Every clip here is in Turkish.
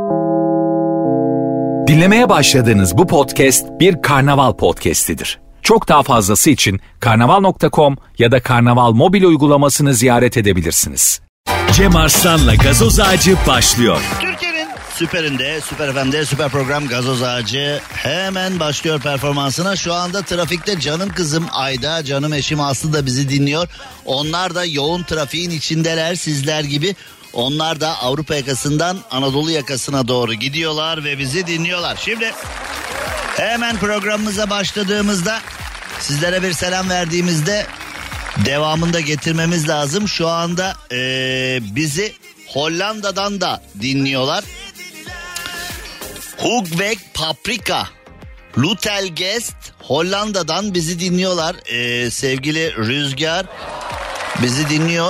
Dinlemeye başladığınız bu podcast bir karnaval podcastidir. Çok daha fazlası için karnaval.com ya da karnaval mobil uygulamasını ziyaret edebilirsiniz. Cem Arslan'la Gazoz Ağacı başlıyor. Türkiye'nin süperinde, Süper FM'de süper program Gazoz Ağacı hemen başlıyor performansına. Şu anda trafikte canım kızım Ayda, canım eşim Aslı da bizi dinliyor. Onlar da yoğun trafiğin içindeler sizler gibi. Onlar da Avrupa yakasından Anadolu yakasına doğru gidiyorlar ve bizi dinliyorlar. Şimdi hemen programımıza başladığımızda, sizlere bir selam verdiğimizde devamında getirmemiz lazım. Şu anda bizi Hollanda'dan da dinliyorlar. Hoogweg Paprika Lutelgest Hollanda'dan bizi dinliyorlar. Sevgili Rüzgar bizi dinliyor.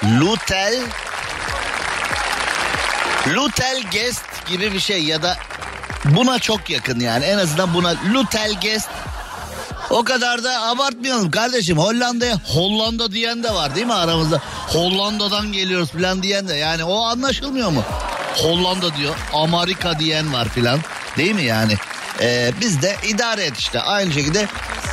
Lutelgest gibi bir şey ya da buna çok yakın yani, en azından buna Lutelgest. O kadar da abartmayalım kardeşim. Hollanda diyen de var değil mi aramızda? Hollanda'dan geliyoruz falan diyen de, yani o anlaşılmıyor mu? Hollanda diyor, Amerika diyen var filan değil mi yani? Biz de idare et işte. Aynı şekilde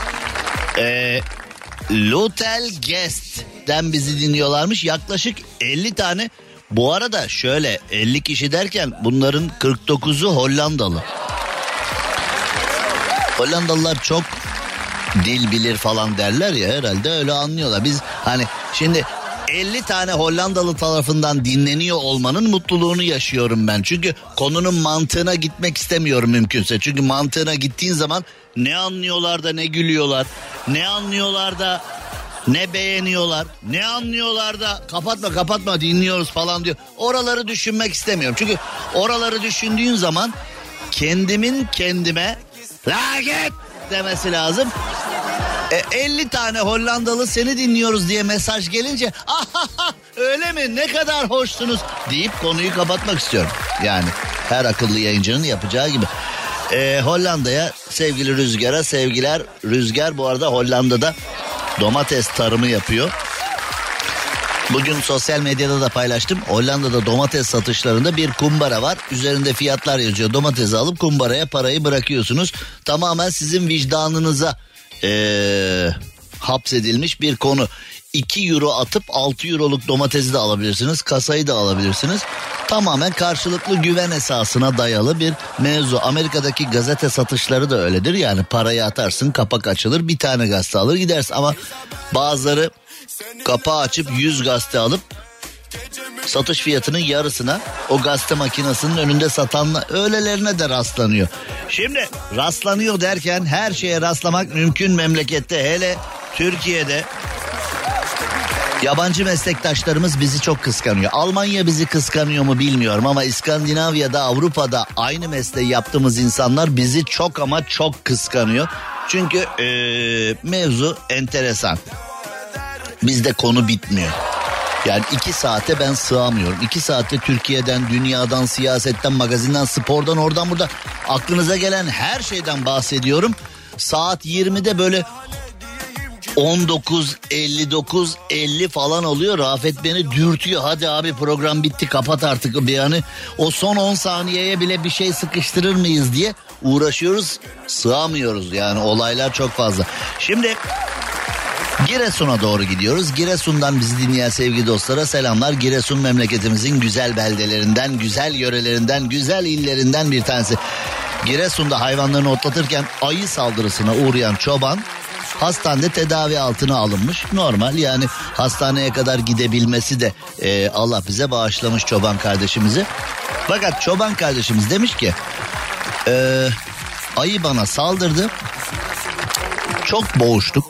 Lutelgest'ten bizi dinliyorlarmış. Yaklaşık 50 tane. Bu arada şöyle 50 kişi derken bunların 49'u Hollandalı. Hollandalılar çok dil bilir falan derler ya, herhalde öyle anlıyorlar. Biz hani şimdi 50 tane Hollandalı tarafından dinleniyor olmanın mutluluğunu yaşıyorum ben. Çünkü konunun mantığına gitmek istemiyorum mümkünse. Çünkü mantığına gittiğin zaman ne anlıyorlar da ne gülüyorlar, ne anlıyorlar da ne beğeniyorlar, ne anlıyorlar da kapatma dinliyoruz falan diyor. Oraları düşünmek istemiyorum. Çünkü oraları düşündüğün zaman kendimin kendime la git demesi lazım. 50 tane Hollandalı seni dinliyoruz diye mesaj gelince öyle mi, ne kadar hoşsunuz deyip konuyu kapatmak istiyorum. Yani her akıllı yayıncının yapacağı gibi. Hollanda'ya, sevgili Rüzgar'a sevgiler. Rüzgar bu arada Hollanda'da domates tarımı yapıyor. Bugün sosyal medyada da paylaştım. Hollanda'da domates satışlarında bir kumbara var. Üzerinde fiyatlar yazıyor. Domatesi alıp kumbaraya parayı bırakıyorsunuz. Tamamen sizin vicdanınıza hapsedilmiş bir konu. 2 euro atıp 6 euroluk domatesi de alabilirsiniz. Kasayı da alabilirsiniz. Tamamen karşılıklı güven esasına dayalı bir mevzu. Amerika'daki gazete satışları da öyledir. Yani parayı atarsın, kapak açılır, bir tane gazete alır gidersin. Ama bazıları kapağı açıp 100 gazete alıp satış fiyatının yarısına o gazete makinesinin önünde satanla, öylelerine de rastlanıyor. Şimdi rastlanıyor derken her şeye rastlamak mümkün memlekette, hele Türkiye'de. Yabancı meslektaşlarımız bizi çok kıskanıyor. Almanya bizi kıskanıyor mu bilmiyorum ama İskandinavya'da, Avrupa'da aynı mesleği yaptığımız insanlar bizi çok ama çok kıskanıyor. Çünkü mevzu enteresan. Bizde konu bitmiyor. Yani 2 saate ben sığamıyorum. 2 saatte Türkiye'den, dünyadan, siyasetten, magazinden, spordan, oradan buradan aklınıza gelen her şeyden bahsediyorum. Saat 20'de böyle 19:59-50 falan oluyor. Rafet beni dürtüyor. Hadi abi program bitti, kapat artık. Yani o son 10 saniyeye bile bir şey sıkıştırır mıyız diye uğraşıyoruz. Sığamıyoruz yani, olaylar çok fazla. Şimdi Giresun'a doğru gidiyoruz. Giresun'dan bizi dinleyen sevgili dostlara selamlar. Giresun memleketimizin güzel beldelerinden, güzel yörelerinden, güzel illerinden bir tanesi. Giresun'da hayvanlarını otlatırken ayı saldırısına uğrayan çoban hastanede tedavi altına alınmış. Normal yani, hastaneye kadar gidebilmesi de Allah bize bağışlamış çoban kardeşimizi. Fakat çoban kardeşimiz demiş ki ayı bana saldırdı, çok boğuştuk.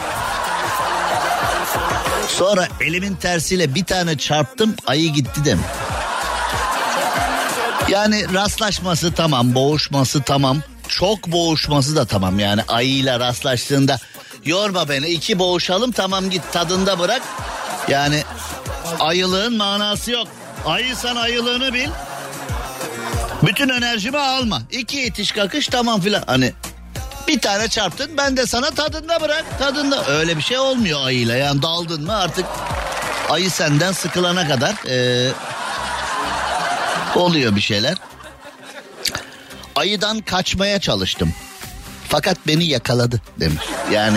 Sonra elimin tersiyle bir tane çarptım, ayı gitti demiş. Yani rastlaşması tamam, boğuşması tamam, çok boğuşması da tamam. Yani ayıyla rastlaştığında yorma beni, 2 boğuşalım, tamam git tadında bırak. Yani ayılığın manası yok. Ayıysan ayılığını bil. Bütün enerjimi alma. 2 itiş kakış tamam filan. Hani bir tane çarptın, ben de sana tadında bırak, tadında. Öyle bir şey olmuyor ayıyla. Yani daldın mı artık ayı senden sıkılana kadar oluyor bir şeyler. ayıdan kaçmaya çalıştım. Fakat beni yakaladı demiş. Yani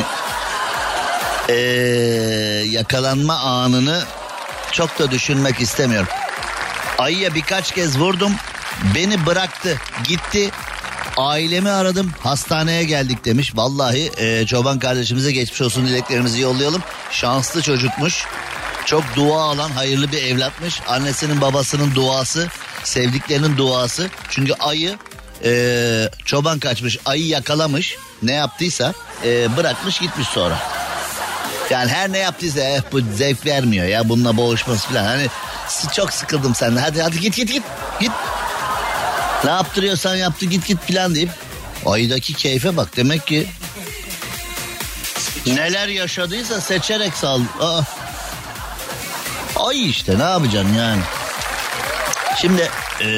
yakalanma anını çok da düşünmek istemiyorum. Ayıya birkaç kez vurdum. Beni bıraktı, gitti. Ailemi aradım, hastaneye geldik demiş. Vallahi çoban kardeşimize geçmiş olsun dileklerimizi yollayalım. Şanslı çocukmuş. Çok dua alan hayırlı bir evlatmış. Annesinin babasının duası, sevdiklerinin duası. Çünkü ayı çoban kaçmış, ayı yakalamış. Ne yaptıysa bırakmış gitmiş sonra. Yani her ne yaptıysa bu zevk vermiyor ya, bununla boğuşması falan. Hani çok sıkıldım senden, hadi git. Ne yaptırıyorsan yaptı, git falan deyip ayıdaki keyfe bak, demek ki neler yaşadıysa seçerek sal. Ay işte, ne yapacaksın yani. Şimdi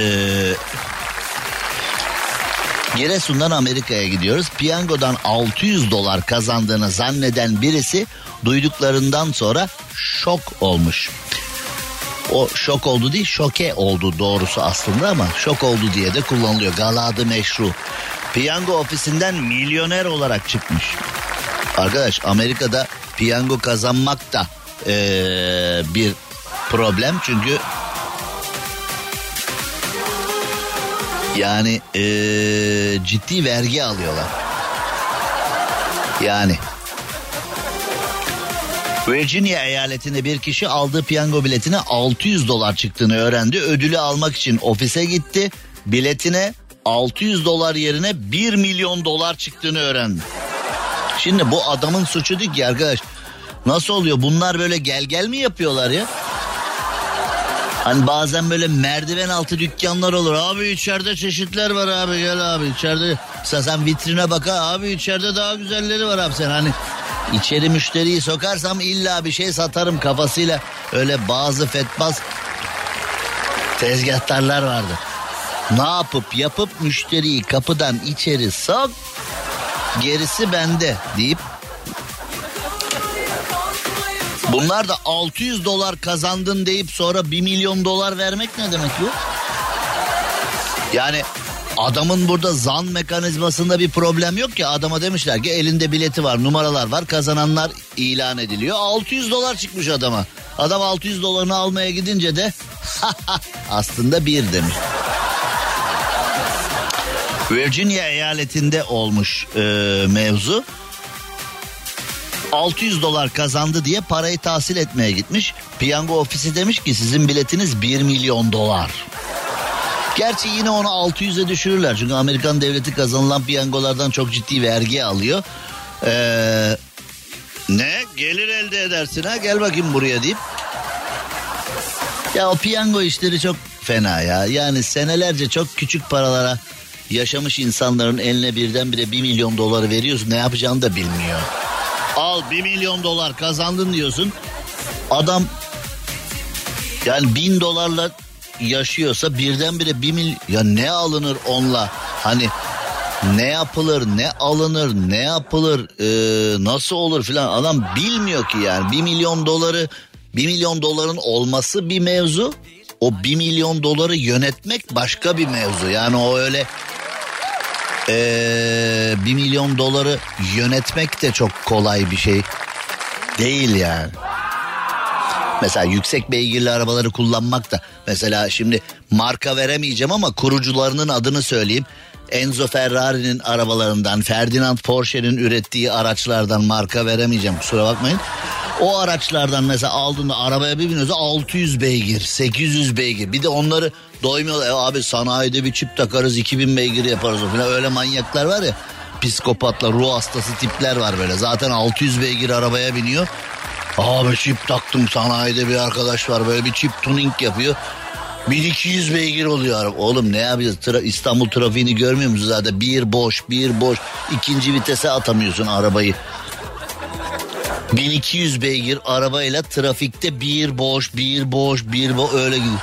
Giresun'dan Amerika'ya gidiyoruz. Piyangodan $600 kazandığını zanneden birisi duyduklarından sonra şok olmuş. O şok oldu değil, şoke oldu doğrusu aslında, ama şok oldu diye de kullanılıyor. Galadı meşru. Piyango ofisinden milyoner olarak çıkmış. Arkadaş, Amerika'da piyango kazanmak da bir problem. Çünkü yani ciddi vergi alıyorlar. Yani Virginia eyaletinde bir kişi aldığı piyango biletine $600 çıktığını öğrendi. Ödülü almak için ofise gitti. Biletine $600 yerine $1 milyon çıktığını öğrendi. Şimdi bu adamın suçu değil ki arkadaş. Nasıl oluyor? Bunlar böyle gel mi yapıyorlar ya? Hani bazen böyle merdiven altı dükkanlar olur. Abi içeride çeşitler var abi, gel abi içeride. Sen vitrine bak abi, içeride daha güzelleri var abi. Sen hani içeri müşteriyi sokarsam illa bir şey satarım kafasıyla öyle bazı fetbaz tezgahtarlar vardı. Ne yapıp müşteriyi kapıdan içeri sok, gerisi bende deyip, bunlar da $600 kazandın deyip sonra $1 milyon vermek ne demek bu? Yani adamın burada zan mekanizmasında bir problem yok ki. Adama demişler ki elinde bileti var, numaralar var, kazananlar ilan ediliyor. $600 çıkmış adama. Adam $600'ını almaya gidince de aslında bir demiş. Virginia eyaletinde olmuş mevzu. $600 kazandı diye parayı tahsil etmeye gitmiş. Piyango ofisi demiş ki sizin biletiniz $1 milyon. Gerçi yine onu 600'e düşürürler. Çünkü Amerikan devleti kazanılan piyangolardan çok ciddi vergi alıyor. Ne? Gelir elde edersin ha, gel bakayım buraya deyip. Ya o piyango işleri çok fena ya. Yani senelerce çok küçük paralara yaşamış insanların eline birdenbire $1 milyon veriyorsun. Ne yapacağını da bilmiyor. Al $1 milyon kazandın diyorsun. Adam yani $1000 yaşıyorsa birdenbire 1 milyon, ya ne alınır onunla, hani ne yapılır, ne alınır, ne yapılır, nasıl olur filan, adam bilmiyor ki. Yani $1 milyon olması bir mevzu, o $1 milyon yönetmek başka bir mevzu. Yani o öyle $1 milyon yönetmek de çok kolay bir şey değil yani. Mesela yüksek beygirli arabaları kullanmak da, mesela şimdi marka veremeyeceğim ama kurucularının adını söyleyeyim. Enzo Ferrari'nin arabalarından, Ferdinand Porsche'nin ürettiği araçlardan, marka veremeyeceğim kusura bakmayın. O araçlardan mesela aldığında arabaya bir biniyorsa 600 beygir, 800 beygir. Bir de onları doymuyorlar. Abi sanayide bir çip takarız 2000 beygir yaparız o falan. Öyle manyaklar var ya, psikopatlar, ruh hastası tipler var böyle. Zaten 600 beygir arabaya biniyor. Abi çip taktım, sanayide bir arkadaş var böyle bir çip tuning yapıyor. 1200 beygir oluyor araba. Oğlum ne yapacağız? İstanbul trafiğini görmüyor musun zaten? Bir boş. İkinci vitese atamıyorsun arabayı. 1200 beygir arabayla trafikte bir boş öyle gidiyor.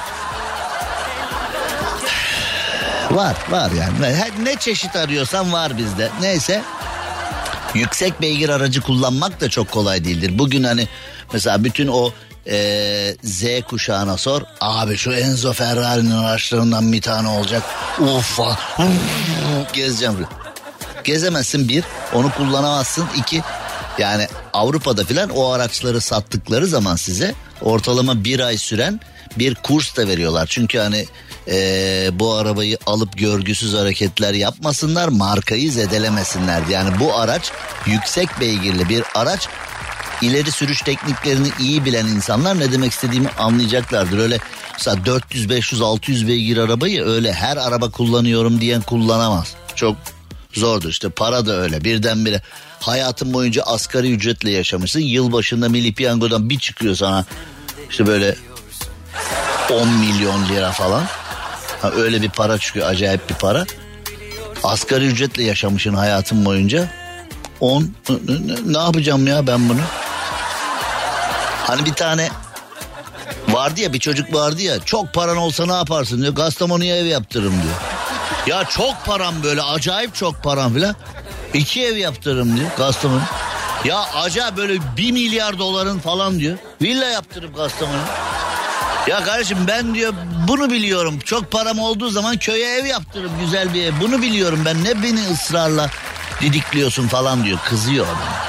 Var yani. Ne çeşit arıyorsan var bizde. Neyse. Yüksek beygir aracı kullanmak da çok kolay değildir. Bugün hani mesela bütün o Z kuşağına sor. Abi şu Enzo Ferrari'nin araçlarından bir tane olacak. Uffa. Gezeceğim. Gezemezsin bir. Onu kullanamazsın. İki. Yani Avrupa'da filan o araçları sattıkları zaman size ortalama bir ay süren bir kurs da veriyorlar. Çünkü hani bu arabayı alıp görgüsüz hareketler yapmasınlar, markayı zedelemesinler. Yani bu araç yüksek beygirli bir araç. İleri sürüş tekniklerini iyi bilen insanlar ne demek istediğimi anlayacaklardır. Öyle mesela 400, 500, 600 beygir arabayı öyle her araba kullanıyorum diyen kullanamaz. Çok zordur. İşte para da öyle. Birdenbire hayatın boyunca asgari ücretle yaşamışsın. Yılbaşında Milli Piyango'dan bir çıkıyor sana işte böyle 10 milyon lira falan. Öyle bir para çıkıyor, acayip bir para. Asgari ücretle yaşamışsın hayatın boyunca. Ne yapacağım ya ben bunu? Hani bir tane vardı ya, bir çocuk vardı ya, çok paran olsa ne yaparsın diyor. Kastamonu'ya ev yaptırırım diyor. Ya çok param, böyle acayip çok param filan. 2 ev yaptırırım diyor Kastamonu. Ya acayip böyle 1 milyar doların falan diyor. Villa yaptırıp Kastamonu. Ya kardeşim ben diyor bunu biliyorum. Çok param olduğu zaman köye ev yaptırırım, güzel bir ev. Bunu biliyorum ben, ne beni ısrarla didikliyorsun falan diyor. Kızıyor adam.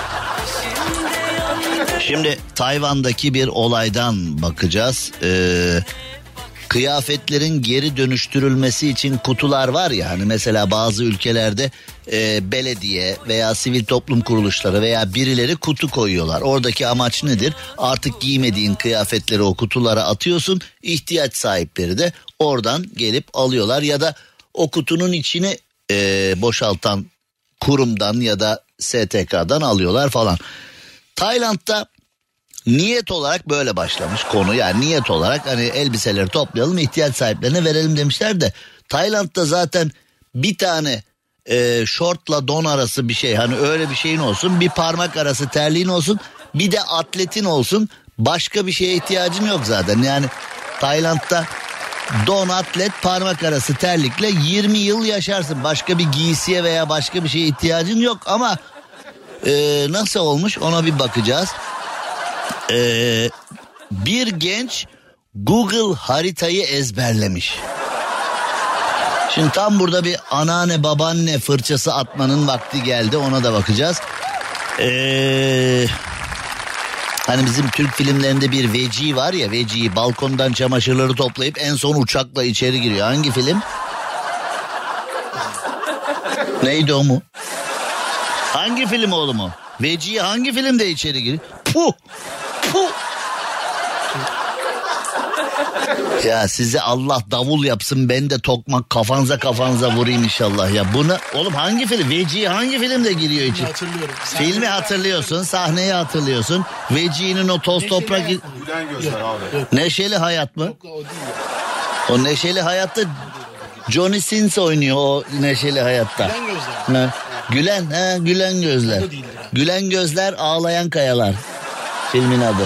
Şimdi Tayvan'daki bir olaydan bakacağız. Kıyafetlerin geri dönüştürülmesi için kutular var ya, hani mesela bazı ülkelerde belediye veya sivil toplum kuruluşları veya birileri kutu koyuyorlar. Oradaki amaç nedir? Artık giymediğin kıyafetleri o kutulara atıyorsun. İhtiyaç sahipleri de oradan gelip alıyorlar ya da o kutunun içini boşaltan kurumdan ya da STK'dan alıyorlar falan. Tayland'da niyet olarak böyle başlamış konu. Yani niyet olarak hani elbiseleri toplayalım, ihtiyaç sahiplerine verelim demişler de Tayland'da zaten bir tane şortla don arası bir şey, hani öyle bir şeyin olsun, bir parmak arası terliğin olsun, bir de atletin olsun, başka bir şeye ihtiyacın yok zaten. Yani Tayland'da don, atlet, parmak arası terlikle 20 yıl yaşarsın, başka bir giysiye veya başka bir şeye ihtiyacın yok. Ama nasıl olmuş ona bir bakacağız. Bir genç Google haritayı ezberlemiş. Şimdi tam burada bir anneanne babaanne fırçası atmanın vakti geldi, ona da bakacağız. Hani bizim Türk filmlerinde bir veci var ya, veci balkondan çamaşırları toplayıp en son uçakla içeri giriyor. Hangi film? Neydi o mu? Hangi film oğlum o? Veci hangi filmde içeri giriyor? Puh! Puh! Ya size Allah davul yapsın, ben de tokmak kafanıza vurayım inşallah ya. Bunu oğlum hangi film? Veci hangi filmde giriyor içi? Hatırlıyorum. Filmi hatırlıyorsun, sahneyi hatırlıyorsun. Veci'nin o toz toprak... Gülen gözler abi. Neşeli Hayat mı? Yok, o değil O ya. Neşeli Hayat'ta Johnny Sins oynuyor o Neşeli Hayat'ta. Gülen gözler. Gülen Gözler. Gülen Gözler, Ağlayan Kayalar. Filmin adı.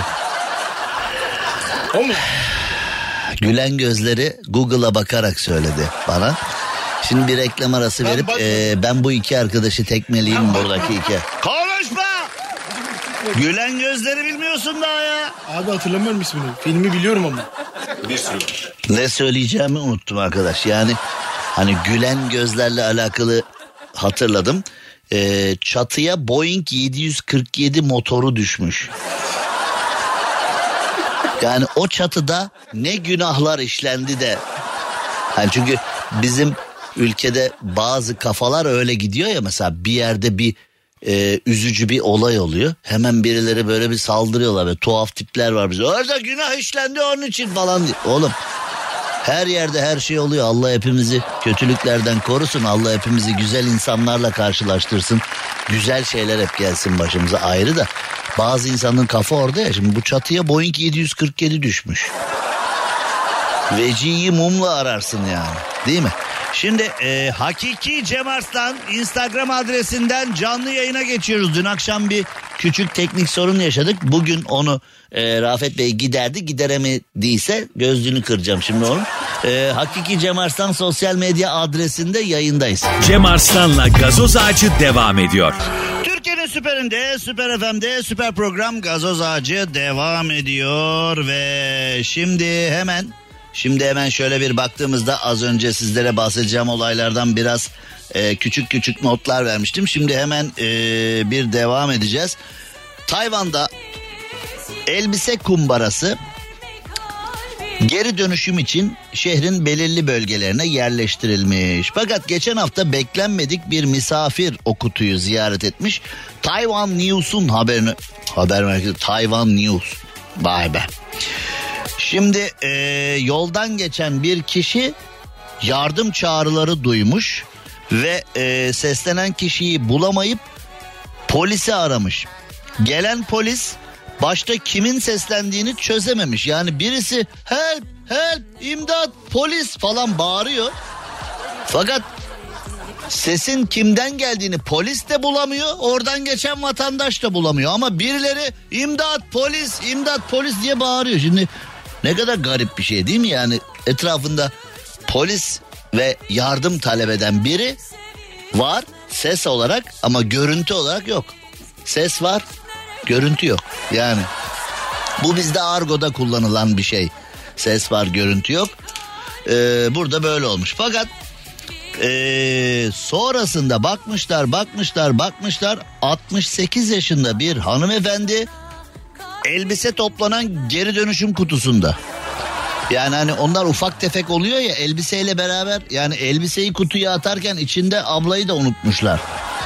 O mu? Gülen Gözleri Google'a bakarak söyledi bana. Şimdi bir reklam arası verip ben bu iki arkadaşı tekmeleyeyim buradaki iki. Konuşma! Gülen Gözleri bilmiyorsun daha ya. Abi hatırlamıyorum ismini. Filmi biliyorum ama. Bir sürü. Ne söyleyeceğimi unuttum arkadaş. Yani hani Gülen Gözlerle alakalı hatırladım. Çatıya Boeing 747 motoru düşmüş. Yani o çatıda ne günahlar işlendi de. Yani çünkü bizim ülkede bazı kafalar öyle gidiyor ya, mesela bir yerde bir üzücü bir olay oluyor. Hemen birileri böyle bir saldırıyorlar ve tuhaf tipler var bize. Orada günah işlendi onun için falan diye. Oğlum her yerde her şey oluyor. Allah hepimizi kötülüklerden korusun. Allah hepimizi güzel insanlarla karşılaştırsın. Güzel şeyler hep gelsin başımıza, ayrı da. Bazı insanın kafa orada ya. Şimdi bu çatıya Boeing 747 düşmüş. Veci'yi mumla ararsın yani, değil mi? Şimdi Hakiki Cem Arslan Instagram adresinden canlı yayına geçiyoruz. Dün akşam bir küçük teknik sorun yaşadık. Bugün onu Rafet Bey giderdi. Gideremediyse gözlüğünü kıracağım şimdi onun. Hakiki Cem Arslan sosyal medya adresinde yayındayız. Cem Arslan'la Gazoz Ağacı devam ediyor. Türkiye'nin Türkiye'nin süperinde, Süper FM'de süper program Gazoz Ağacı devam ediyor ve şimdi hemen şöyle bir baktığımızda az önce sizlere bahsedeceğim olaylardan biraz küçük notlar vermiştim. Şimdi hemen bir devam edeceğiz. Tayvan'da elbise kumbarası geri dönüşüm için şehrin belirli bölgelerine yerleştirilmiş. Fakat geçen hafta beklenmedik bir misafir o kutuyu ziyaret etmiş. Taiwan News'un haber merkezi Taiwan News. Vay be. Şimdi yoldan geçen bir kişi yardım çağrıları duymuş ve seslenen kişiyi bulamayıp polisi aramış. Gelen polis başta kimin seslendiğini çözememiş. Yani birisi help, imdat, polis falan bağırıyor. Fakat sesin kimden geldiğini polis de bulamıyor. Oradan geçen vatandaş da bulamıyor. Ama birileri imdat, polis diye bağırıyor. Şimdi ne kadar garip bir şey değil mi? Yani etrafında polis ve yardım talep eden biri var ses olarak ama görüntü olarak yok. Ses var, görüntü yok. Yani bu bizde argoda kullanılan bir şey. Ses var, görüntü yok. Burada böyle olmuş. Fakat sonrasında bakmışlar 68 yaşında bir hanımefendi elbise toplanan geri dönüşüm kutusunda. Yani hani onlar ufak tefek oluyor ya elbiseyle beraber, yani elbiseyi kutuya atarken içinde ablayı da unutmuşlar.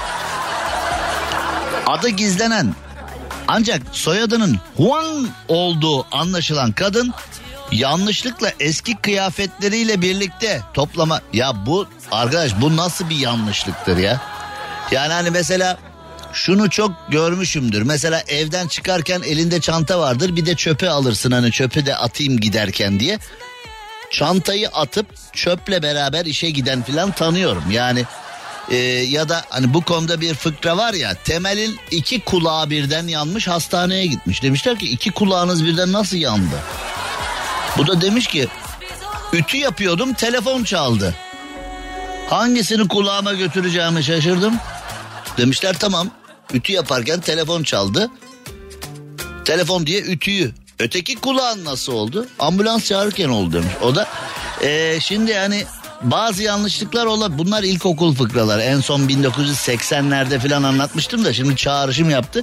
Adı gizlenen ancak soyadının Huang olduğu anlaşılan kadın yanlışlıkla eski kıyafetleriyle birlikte toplama... Ya bu arkadaş, bu nasıl bir yanlışlıktır ya? Yani hani mesela şunu çok görmüşümdür. Mesela evden çıkarken elinde çanta vardır, bir de çöpe alırsın, hani çöpü de atayım giderken diye. Çantayı atıp çöple beraber işe giden filan tanıyorum. Yani ya da hani bu konuda bir fıkra var ya, Temel'in 2 kulağı birden yanmış, hastaneye gitmiş. Demişler ki 2 kulağınız birden nasıl yandı? Bu da demiş ki ütü yapıyordum, telefon çaldı. Hangisini kulağıma götüreceğimi şaşırdım. Demişler tamam, ütü yaparken telefon çaldı. Telefon diye ütüyü. Öteki kulağın nasıl oldu? Ambulans çağırırken oldu demiş. O da şimdi yani bazı yanlışlıklar olabilir. Bunlar ilkokul fıkraları. En son 1980'lerde falan anlatmıştım da şimdi çağrışım yaptı.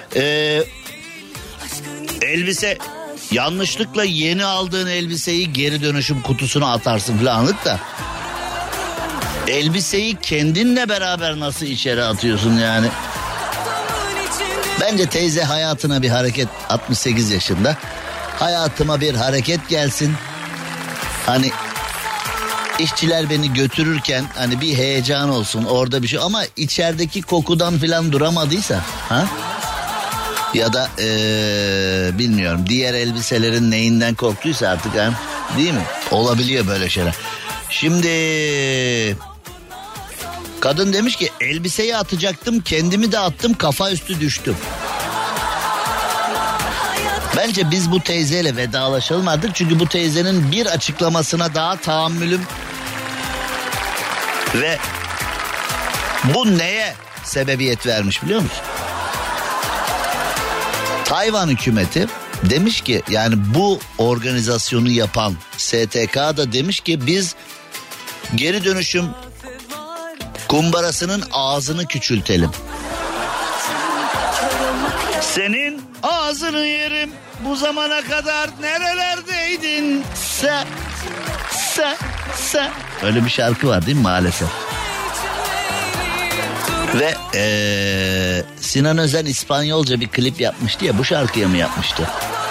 Elbise, yanlışlıkla yeni aldığın elbiseyi geri dönüşüm kutusuna atarsın falanlık da. Elbiseyi kendinle beraber nasıl içeri atıyorsun yani? Bence teyze hayatına bir hareket, 68 yaşında. Hayatıma bir hareket gelsin. Hani işçiler beni götürürken hani bir heyecan olsun orada bir şey, ama içerideki kokudan filan duramadıysa ha? Ya da bilmiyorum, diğer elbiselerin neyinden korktuysa artık ha? Değil mi? Olabiliyor böyle şeyler. Şimdi kadın demiş ki elbiseyi atacaktım, kendimi de attım, kafa üstü düştüm. Bence biz bu teyzeyle vedalaşalım artık, çünkü bu teyzenin bir açıklamasına daha tahammülüm. Ve bu neye sebebiyet vermiş biliyor musun? Tayvan hükümeti demiş ki, yani bu organizasyonu yapan STK da demiş ki biz geri dönüşüm kumbarasının ağzını küçültelim. Senin ağzını yerim, bu zamana kadar nerelerdeydin sen. Öyle bir şarkı var değil mi maalesef? Ve Sinan Özen İspanyolca bir klip yapmıştı ya, bu şarkıya mı yapmıştı?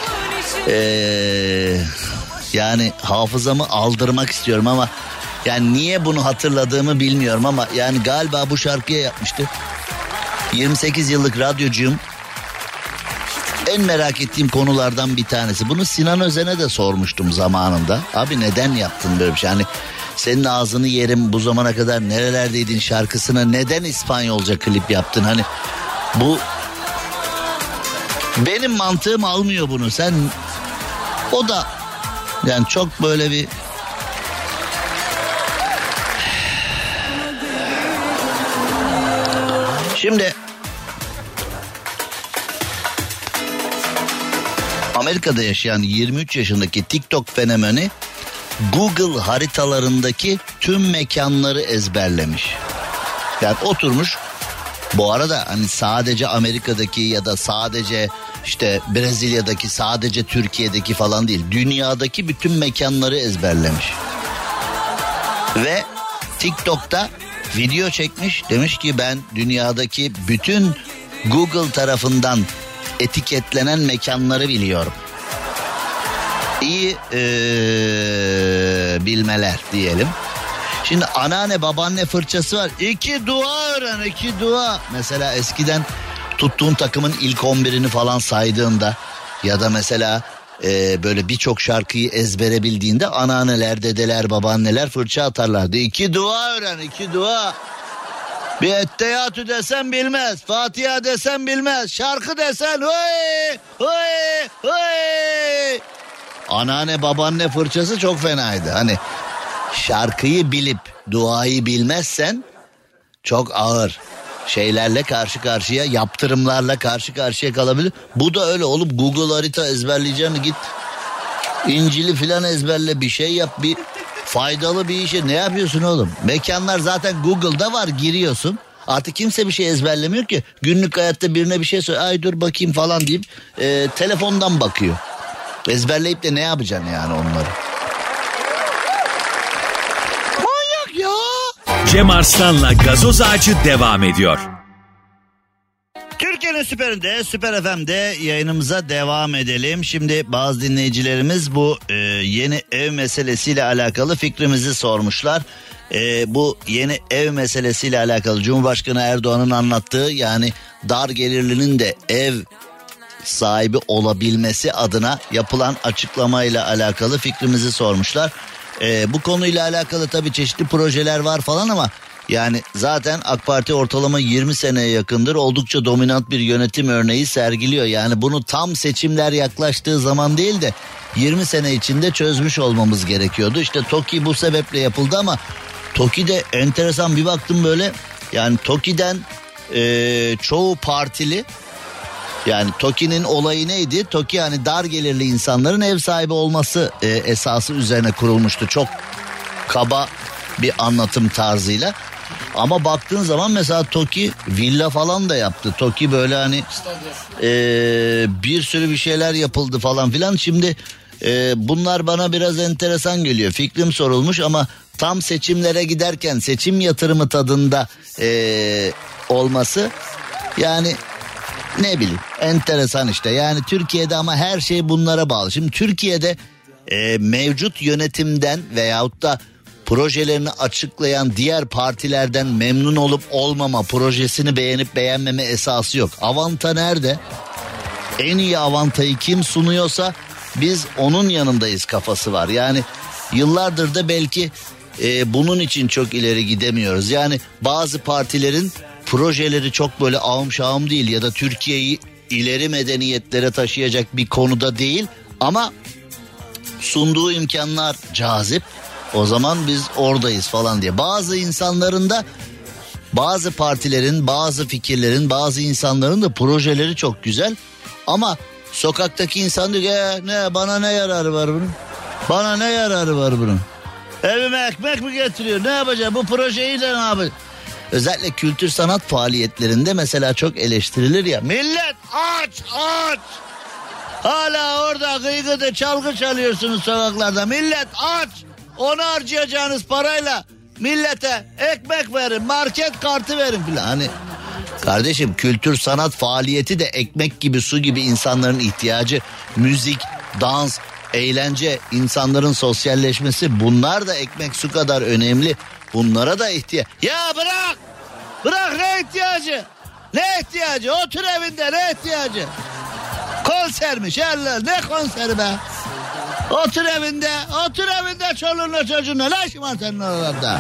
Yani hafızamı aldırmak istiyorum ama yani niye bunu hatırladığımı bilmiyorum, ama yani galiba bu şarkıya yapmıştı. 28 yıllık radyocuyum. En merak ettiğim konulardan bir tanesi. Bunu Sinan Özen'e de sormuştum zamanında. Abi neden yaptın böyle bir şey? Hani senin ağzını yerim, bu zamana kadar nerelerdeydin şarkısına neden İspanyolca klip yaptın? Hani bu benim mantığım almıyor bunu. Sen o da yani çok böyle bir şimdi Amerika'da yaşayan 23 yaşındaki TikTok fenomeni Google haritalarındaki tüm mekanları ezberlemiş. Yani oturmuş, bu arada hani sadece Amerika'daki ya da sadece işte Brezilya'daki, sadece Türkiye'deki falan değil, dünyadaki bütün mekanları ezberlemiş. Ve TikTok'ta video çekmiş, demiş ki ben dünyadaki bütün Google tarafından etiketlenen mekanları biliyorum. İyi bilmeler diyelim. Şimdi anneanne babaanne fırçası var. 2 dua öğren, 2 dua. Mesela eskiden tuttuğun takımın ilk 11'ini falan saydığında ya da mesela böyle birçok şarkıyı ezbere bildiğinde anneanneler, dedeler, babaanneler fırça atarlardı. 2 dua öğren, 2 dua. Bir etteyatü desen bilmez, Fatiha desen bilmez, şarkı desen oy oy oy. Anneanne babaanne fırçası çok fenaydı. Hani şarkıyı bilip duayı bilmezsen çok ağır şeylerle karşı karşıya, yaptırımlarla karşı karşıya kalabilir. Bu da öyle oğlum, Google harita ezberleyeceğini git İncil'i filan ezberle, bir şey yap, bir faydalı bir işe. Ne yapıyorsun oğlum? Mekanlar zaten Google'da var, giriyorsun. Artık kimse bir şey ezberlemiyor ki. Günlük hayatta birine bir şey söyle, ay dur bakayım falan deyip telefondan bakıyor. Ezberleyip de ne yapacaksın yani onları? Manyak ya. Cem Arslan'la Gazoz Ağacı devam ediyor. Türkiye'nin süperinde, Süper FM'de yayınımıza devam edelim. Şimdi bazı dinleyicilerimiz bu yeni ev meselesiyle alakalı fikrimizi sormuşlar. Bu yeni ev meselesiyle alakalı Cumhurbaşkanı Erdoğan'ın anlattığı, yani dar gelirlinin de ev sahibi olabilmesi adına yapılan açıklamayla alakalı fikrimizi sormuşlar. Bu konuyla alakalı tabii çeşitli projeler var falan ama yani zaten AK Parti ortalama 20 seneye yakındır oldukça dominant bir yönetim örneği sergiliyor. Yani bunu tam seçimler yaklaştığı zaman değil de 20 sene içinde çözmüş olmamız gerekiyordu. İşte TOKİ bu sebeple yapıldı ama TOKİ'de enteresan bir baktım böyle, yani TOKİ'den çoğu partili, yani TOKİ'nin olayı neydi? TOKİ hani dar gelirli insanların ev sahibi olması esası üzerine kurulmuştu. Çok kaba bir anlatım tarzıyla. Ama baktığın zaman mesela TOKİ villa falan da yaptı. TOKİ böyle hani bir sürü bir şeyler yapıldı falan filan. Şimdi bunlar bana biraz enteresan geliyor. Fikrim sorulmuş ama tam seçimlere giderken seçim yatırımı tadında olması, yani ne bileyim, enteresan işte. Yani Türkiye'de ama her şey bunlara bağlı. Şimdi Türkiye'de mevcut yönetimden veyahut da projelerini açıklayan diğer partilerden memnun olup olmama, projesini beğenip beğenmeme esası yok. Avanta nerede? En iyi avantayı kim sunuyorsa biz onun yanındayız kafası var. Yani yıllardır da belki bunun için çok ileri gidemiyoruz. Yani bazı partilerin projeleri çok böyle ağım şağım değil ya da Türkiye'yi ileri medeniyetlere taşıyacak bir konuda değil ama sunduğu imkanlar cazip. O zaman biz oradayız falan diye. Bazı insanların da, bazı partilerin, bazı fikirlerin, bazı insanların da projeleri çok güzel. Ama sokaktaki insan diyor ki ne, bana ne yararı var bunun? Bana ne yararı var bunun? Evime ekmek mi getiriyor? Ne yapacağım? Bu projeyi de ne yapacağım? Özellikle kültür sanat faaliyetlerinde mesela çok eleştirilir ya. Millet aç aç. Hala orada gıygıdı çalgı çalıyorsunuz sokaklarda. Millet aç. Onu harcayacağınız parayla millete ekmek verin, market kartı verin filan. Hani kardeşim, kültür sanat faaliyeti de ekmek gibi, su gibi insanların ihtiyacı. Müzik, dans, eğlence, insanların sosyalleşmesi, bunlar da ekmek su kadar önemli. Bunlara da ihtiyaç. Ya bırak! Bırak, ne ihtiyacı? Ne ihtiyacı? Otur evinde, ne ihtiyacı? Konsermiş Allah, ne konseri be? Otur evinde çoluğunla çocuğunla. Ne işin var senin oralarda?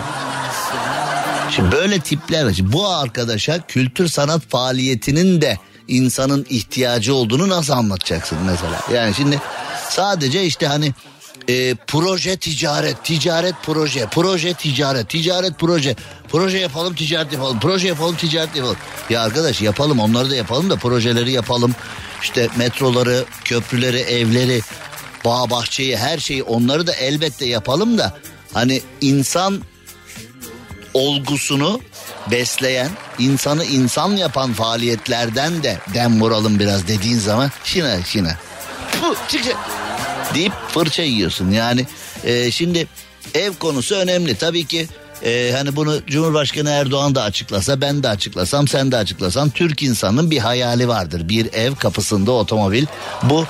Şimdi böyle tipler var. Bu arkadaşa kültür sanat faaliyetinin de insanın ihtiyacı olduğunu nasıl anlatacaksın mesela? Yani şimdi sadece işte hani proje ticaret proje ticaret proje yapalım ticaret yapalım, proje yapalım ticaret yapalım. Ya arkadaş, yapalım, onları da yapalım da projeleri yapalım. işte metroları, köprüleri, evleri, bağ bahçeyi, her şeyi, onları da elbette yapalım da hani insan olgusunu besleyen, insanı insan yapan faaliyetlerden de dem vuralım biraz dediğin zaman şina çık deyip fırça yiyorsun. Yani şimdi ev konusu önemli tabii ki. Hani bunu Cumhurbaşkanı Erdoğan da açıklasa, ben de açıklasam, sen de açıklasan, Türk insanının bir hayali vardır. Bir ev, kapısında otomobil. Bu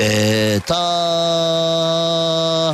ta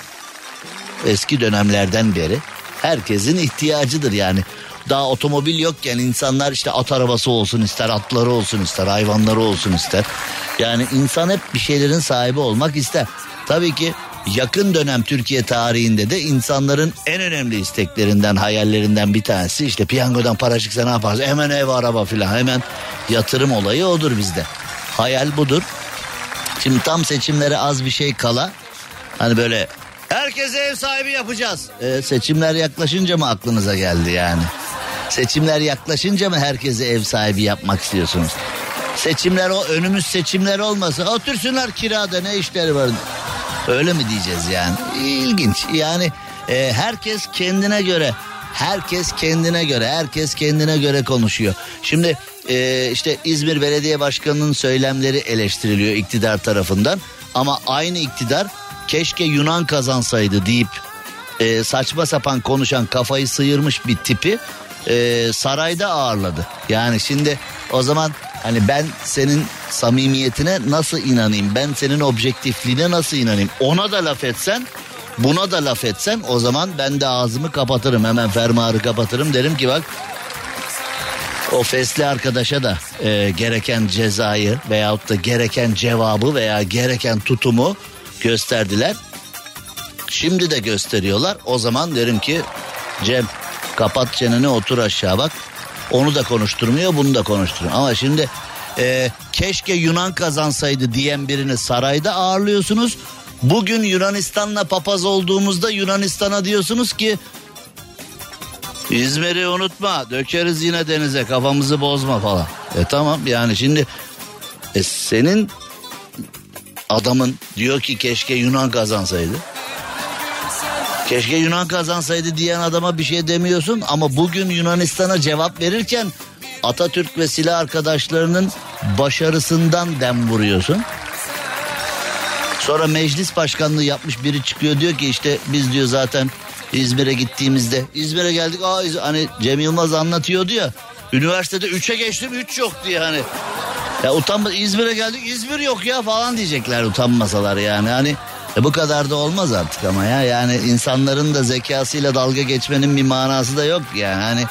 eski dönemlerden beri herkesin ihtiyacıdır yani. Daha otomobil yokken insanlar işte at arabası olsun ister, atları olsun ister, hayvanları olsun ister. Yani insan hep bir şeylerin sahibi olmak ister. Tabii ki yakın dönem Türkiye tarihinde de insanların en önemli isteklerinden, hayallerinden bir tanesi işte piyangodan para çıksa ne yaparsın? Hemen ev, araba filan, hemen yatırım olayı odur bizde. Hayal budur. Şimdi tam seçimlere az bir şey kala hani böyle herkese ev sahibi yapacağız. Seçimler yaklaşınca mı aklınıza geldi yani? Seçimler yaklaşınca mı herkese ev sahibi yapmak istiyorsunuz? Seçimler, o önümüz seçimler olmasa otursunlar kirada, ne işleri var? Öyle mi diyeceğiz yani? İlginç yani, herkes kendine göre, herkes kendine göre konuşuyor. Şimdi işte İzmir Belediye Başkanı'nın söylemleri eleştiriliyor iktidar tarafından. Ama aynı iktidar keşke Yunan kazansaydı deyip saçma sapan konuşan, kafayı sıyırmış bir tipi sarayda ağırladı. Yani şimdi o zaman hani ben senin samimiyetine nasıl inanayım? Ben senin objektifliğine nasıl inanayım? Ona da laf etsen, buna da laf etsen, o zaman ben de ağzımı kapatırım. Hemen fermuarı kapatırım, derim ki bak o fesli arkadaşa da gereken cezayı veyahut da gereken cevabı veya gereken tutumu gösterdiler. Şimdi de gösteriyorlar. O zaman derim ki Cem, kapat çeneni, otur aşağı bak. Onu da konuşturmuyor, bunu da konuşturmuyor. Ama şimdi keşke Yunan kazansaydı diyen birini sarayda ağırlıyorsunuz. Bugün Yunanistan'la papaz olduğumuzda Yunanistan'a diyorsunuz ki İzmir'i unutma, dökeriz yine denize, kafamızı bozma falan. Tamam yani şimdi senin adamın diyor ki keşke Yunan kazansaydı. Keşke Yunan kazansaydı diyen adama bir şey demiyorsun ama bugün Yunanistan'a cevap verirken Atatürk ve silah arkadaşlarının başarısından dem vuruyorsun. Sonra meclis başkanlığı yapmış biri çıkıyor, diyor ki işte biz diyor zaten İzmir'e gittiğimizde, İzmir'e geldik, hani Cem Yılmaz anlatıyordu ya, üniversitede 3'e geçtim 3 yok diye, hani ya utanma, İzmir'e geldik İzmir yok ya falan diyecekler utanmasalar yani. Hani bu kadar da olmaz artık ama ya, yani insanların da zekasıyla dalga geçmenin bir manası da yok yani. Hani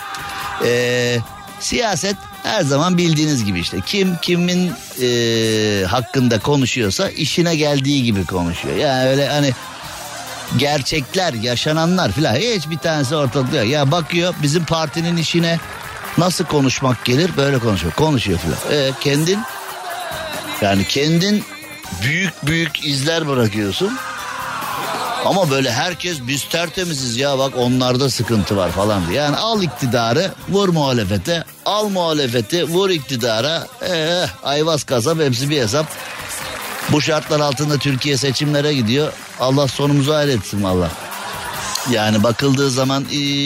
siyaset her zaman bildiğiniz gibi işte kim kimin hakkında konuşuyorsa işine geldiği gibi konuşuyor. Yani öyle hani gerçekler, yaşananlar filan hiç bir tanesi ortada yok. Ya bakıyor bizim partinin işine nasıl konuşmak gelir, böyle konuşuyor filan. Kendin büyük izler bırakıyorsun. Ama böyle herkes biz tertemiziz ya, bak onlarda sıkıntı var falan diye. Yani al iktidarı vur muhalefete, al muhalefeti vur iktidara. Ayvaz kasap hepsi bir hesap. Bu şartlar altında Türkiye seçimlere gidiyor. Allah sonumuzu hayretsin valla. Yani bakıldığı zaman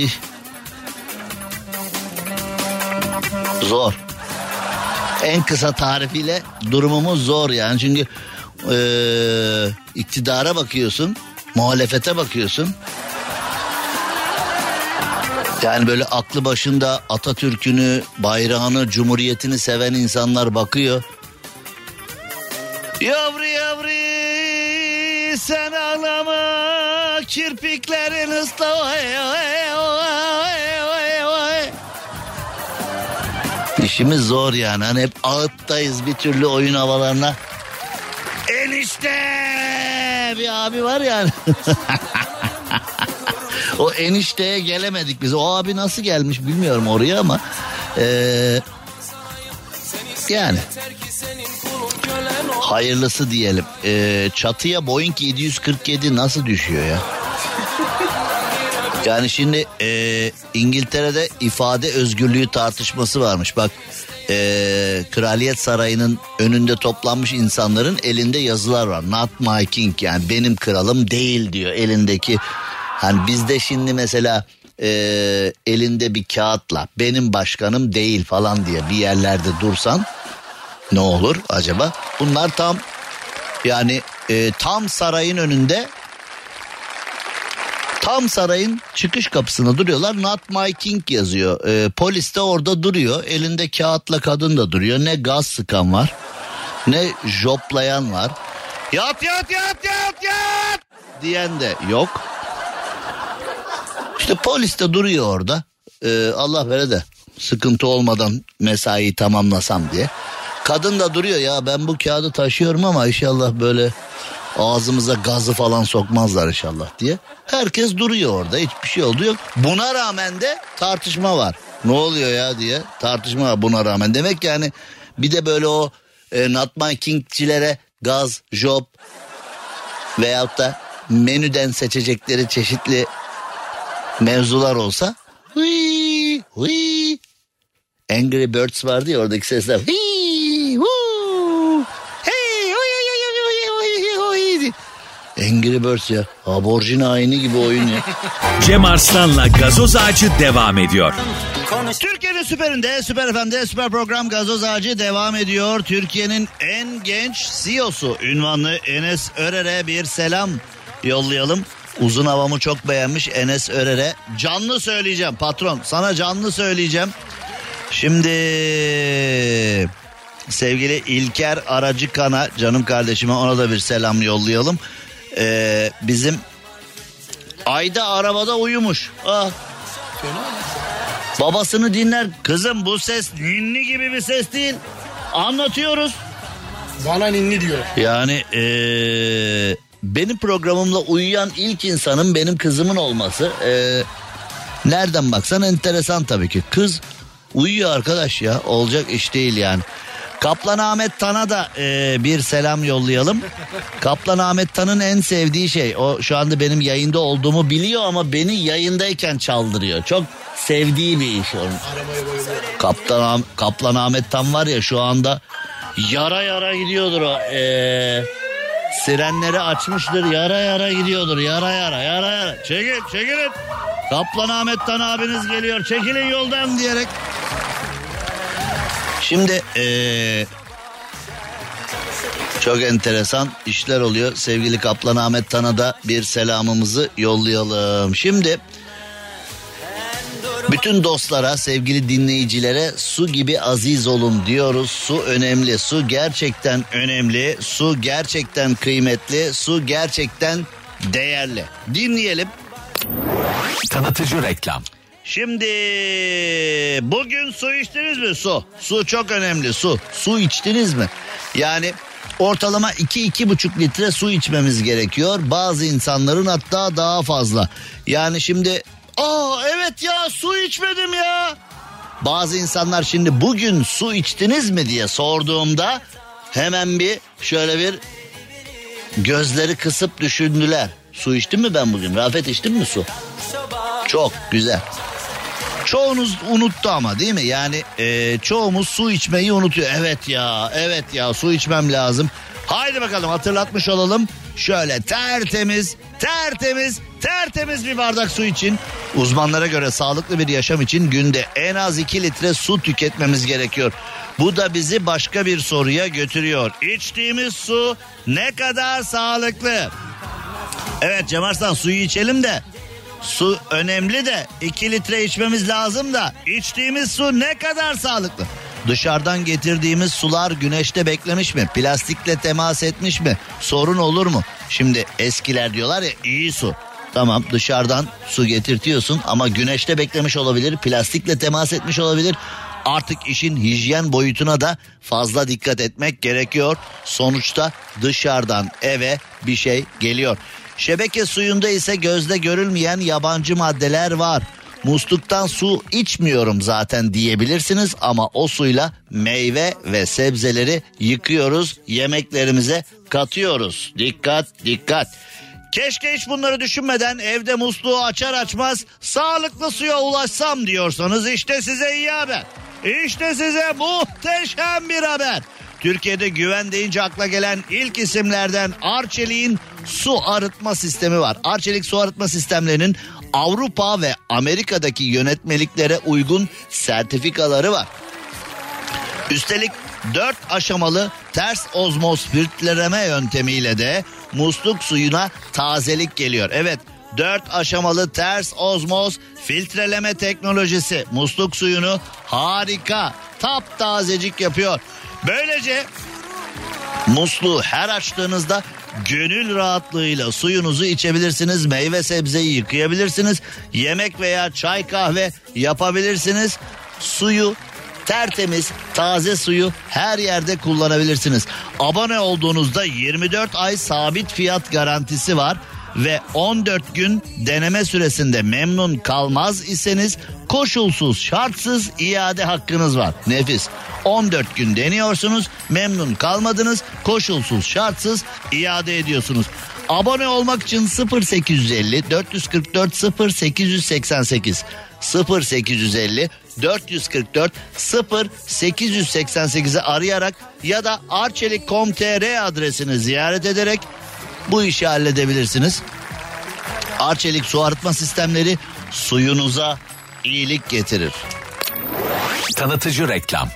zor. En kısa tarifiyle durumumuz zor yani. Çünkü iktidara bakıyorsun, muhalefete bakıyorsun. Yani böyle aklı başında Atatürk'ünü, bayrağını, cumhuriyetini seven insanlar bakıyor. Yavru sen ağlama, kirpiklerin ısla. İşimiz zor yani. Hani hep ağıttayız bir türlü oyun havalarına. Enişte bir abi var yani. O enişteye gelemedik biz. O abi nasıl gelmiş bilmiyorum oraya ama yani hayırlısı diyelim. Çatıya Boeing 747 nasıl düşüyor ya? Yani şimdi İngiltere'de ifade özgürlüğü tartışması varmış. Bak Kraliyet Sarayı'nın önünde toplanmış insanların elinde yazılar var. Not my king, yani benim kralım değil diyor elindeki. Hani bizde şimdi mesela elinde bir kağıtla benim başkanım değil falan diye bir yerlerde dursan ne olur acaba? Bunlar tam yani tam sarayın önünde, tam sarayın çıkış kapısında duruyorlar. Not my king yazıyor. Polis de orada duruyor. Elinde kağıtla kadın da duruyor. Ne gaz sıkan var, ne joplayan var. Yat yat yat yat yat diyen de yok. İşte polis de duruyor orada. Allah vere de sıkıntı olmadan mesaiyi tamamlasam diye. Kadın da duruyor, ya ben bu kağıdı taşıyorum ama inşallah böyle ağzımıza gazı falan sokmazlar inşallah diye. Herkes duruyor orada, hiçbir şey oldu yok. Buna rağmen de tartışma var. Ne oluyor ya diye tartışma var buna rağmen. Demek yani bir de böyle o Not My King'cilere gaz, job veyahut da menüden seçecekleri çeşitli mevzular olsa. Hui, hui. Angry Birds vardı ya, oradaki sesler. Hui, hu. Hey, hui, hui, hui, hui, hui. Angry Birds ya. Aborjin ayini gibi oyun ya. Cem Arslan'la Gazoz Ağacı devam ediyor. Türkiye'nin süperinde, Süper FM'de süper program Gazoz Ağacı devam ediyor. Türkiye'nin en genç CEO'su ünvanlı Enes Örer'e bir selam yollayalım. Uzun havamı çok beğenmiş Enes Örer'e. Canlı söyleyeceğim patron, sana canlı söyleyeceğim. Şimdi sevgili İlker Aracıkan'a, canım kardeşime, ona da bir selam yollayalım. Bizim Ayda arabada uyumuş. Babasını dinler. Kızım bu ses ninni gibi bir ses değil. Anlatıyoruz. Bana ninni diyor. Yani benim programımla uyuyan ilk insanın benim kızımın olması. Nereden baksan enteresan tabii ki. Kız uyuyor arkadaş ya. Olacak iş değil yani. Kaplan Ahmet Tan'a da bir selam yollayalım. Kaplan Ahmet Tan'ın en sevdiği şey, o şu anda benim yayında olduğumu biliyor ama beni yayındayken çaldırıyor. Çok sevdiği bir iş onun. Kaplan Ahmet Tan var ya, şu anda yara yara gidiyordur o. Sirenleri açmıştır, yara yara gidiyordur, yara yara. Çekilin. Kaplan Ahmet Tan abiniz geliyor, çekilin yoldan diyerek. Şimdi çok enteresan işler oluyor. Sevgili Kaplan Ahmet Tan'a da bir selamımızı yollayalım. Şimdi bütün dostlara, sevgili dinleyicilere su gibi aziz olun diyoruz. Su önemli, su gerçekten önemli, su gerçekten kıymetli, su gerçekten değerli. Dinleyelim. Tanıtıcı reklam. Şimdi bugün su içtiniz mi? Su çok önemli, su. Su içtiniz mi? Yani ortalama 2-2,5 litre su içmemiz gerekiyor. Bazı insanların hatta daha fazla. Yani şimdi evet ya, su içmedim ya. Bazı insanlar şimdi bugün su içtiniz mi diye sorduğumda hemen bir şöyle bir gözleri kısıp düşündüler. Su içtim mi ben bugün? Rafet, içtin mi su? Çok güzel. Çoğunuz unuttu ama değil mi? Yani çoğumuz su içmeyi unutuyor. Evet ya su içmem lazım. Haydi bakalım hatırlatmış olalım. Şöyle tertemiz bir bardak su için. Uzmanlara göre sağlıklı bir yaşam için günde en az 2 litre su tüketmemiz gerekiyor. Bu da bizi başka bir soruya götürüyor. İçtiğimiz su ne kadar sağlıklı? Evet Cem Arslan, suyu içelim de. Su önemli de 2 litre içmemiz lazım da içtiğimiz su ne kadar sağlıklı? Dışarıdan getirdiğimiz sular güneşte beklemiş mi? Plastikle temas etmiş mi? Sorun olur mu? Şimdi eskiler diyorlar ya, iyi su. Tamam, dışarıdan su getirtiyorsun ama güneşte beklemiş olabilir, plastikle temas etmiş olabilir. Artık işin hijyen boyutuna da fazla dikkat etmek gerekiyor. Sonuçta dışarıdan eve bir şey geliyor. Şebeke suyunda ise gözle görülmeyen yabancı maddeler var. Musluktan su içmiyorum zaten diyebilirsiniz ama o suyla meyve ve sebzeleri yıkıyoruz, yemeklerimize katıyoruz. Dikkat. Keşke hiç bunları düşünmeden evde musluğu açar açmaz sağlıklı suya ulaşsam diyorsanız işte size iyi haber. İşte size muhteşem bir haber. Türkiye'de güven deyince akla gelen ilk isimlerden Arçelik'in su arıtma sistemi var. Arçelik su arıtma sistemlerinin Avrupa ve Amerika'daki yönetmeliklere uygun sertifikaları var. Üstelik 4 aşamalı ters ozmoz filtreleme yöntemiyle de musluk suyuna tazelik geliyor. Evet, 4 aşamalı ters ozmoz filtreleme teknolojisi musluk suyunu harika, taptazecik yapıyor. Böylece musluğu her açtığınızda gönül rahatlığıyla suyunuzu içebilirsiniz. Meyve sebzeyi yıkayabilirsiniz. Yemek veya çay kahve yapabilirsiniz. Suyu, tertemiz taze suyu her yerde kullanabilirsiniz. Abone olduğunuzda 24 ay sabit fiyat garantisi var. Ve 14 gün deneme süresinde memnun kalmaz iseniz koşulsuz şartsız iade hakkınız var. Nefis. 14 gün deniyorsunuz, memnun kalmadınız, koşulsuz şartsız iade ediyorsunuz. Abone olmak için 0850 444 0888 0850 444 0888'i arayarak ya da arçelik.com.tr adresini ziyaret ederek bu işi halledebilirsiniz. Arçelik su arıtma sistemleri suyunuza iyilik getirir. Tanıtıcı reklam.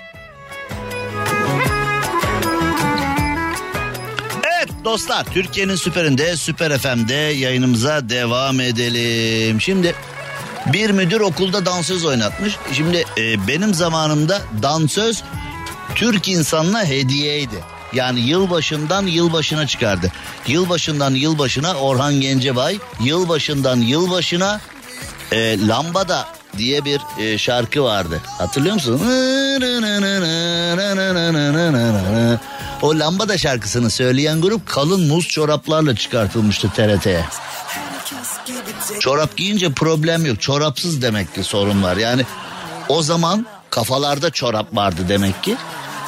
Evet dostlar, Türkiye'nin süperinde, Süper FM'de yayınımıza devam edelim. Şimdi bir müdür okulda dansöz oynatmış. Şimdi benim zamanımda dansöz Türk insanına hediyeydi. Yani yılbaşından yılbaşına çıkardı. Yılbaşından yılbaşına Orhan Gencebay, yılbaşından yılbaşına Lambada diye bir şarkı vardı. Hatırlıyor musun? O Lambada şarkısını söyleyen grup kalın muz çoraplarla çıkartılmıştı TRT'ye. Çorap giyince problem yok. Çorapsız demek ki sorun var. Yani o zaman kafalarda çorap vardı demek ki.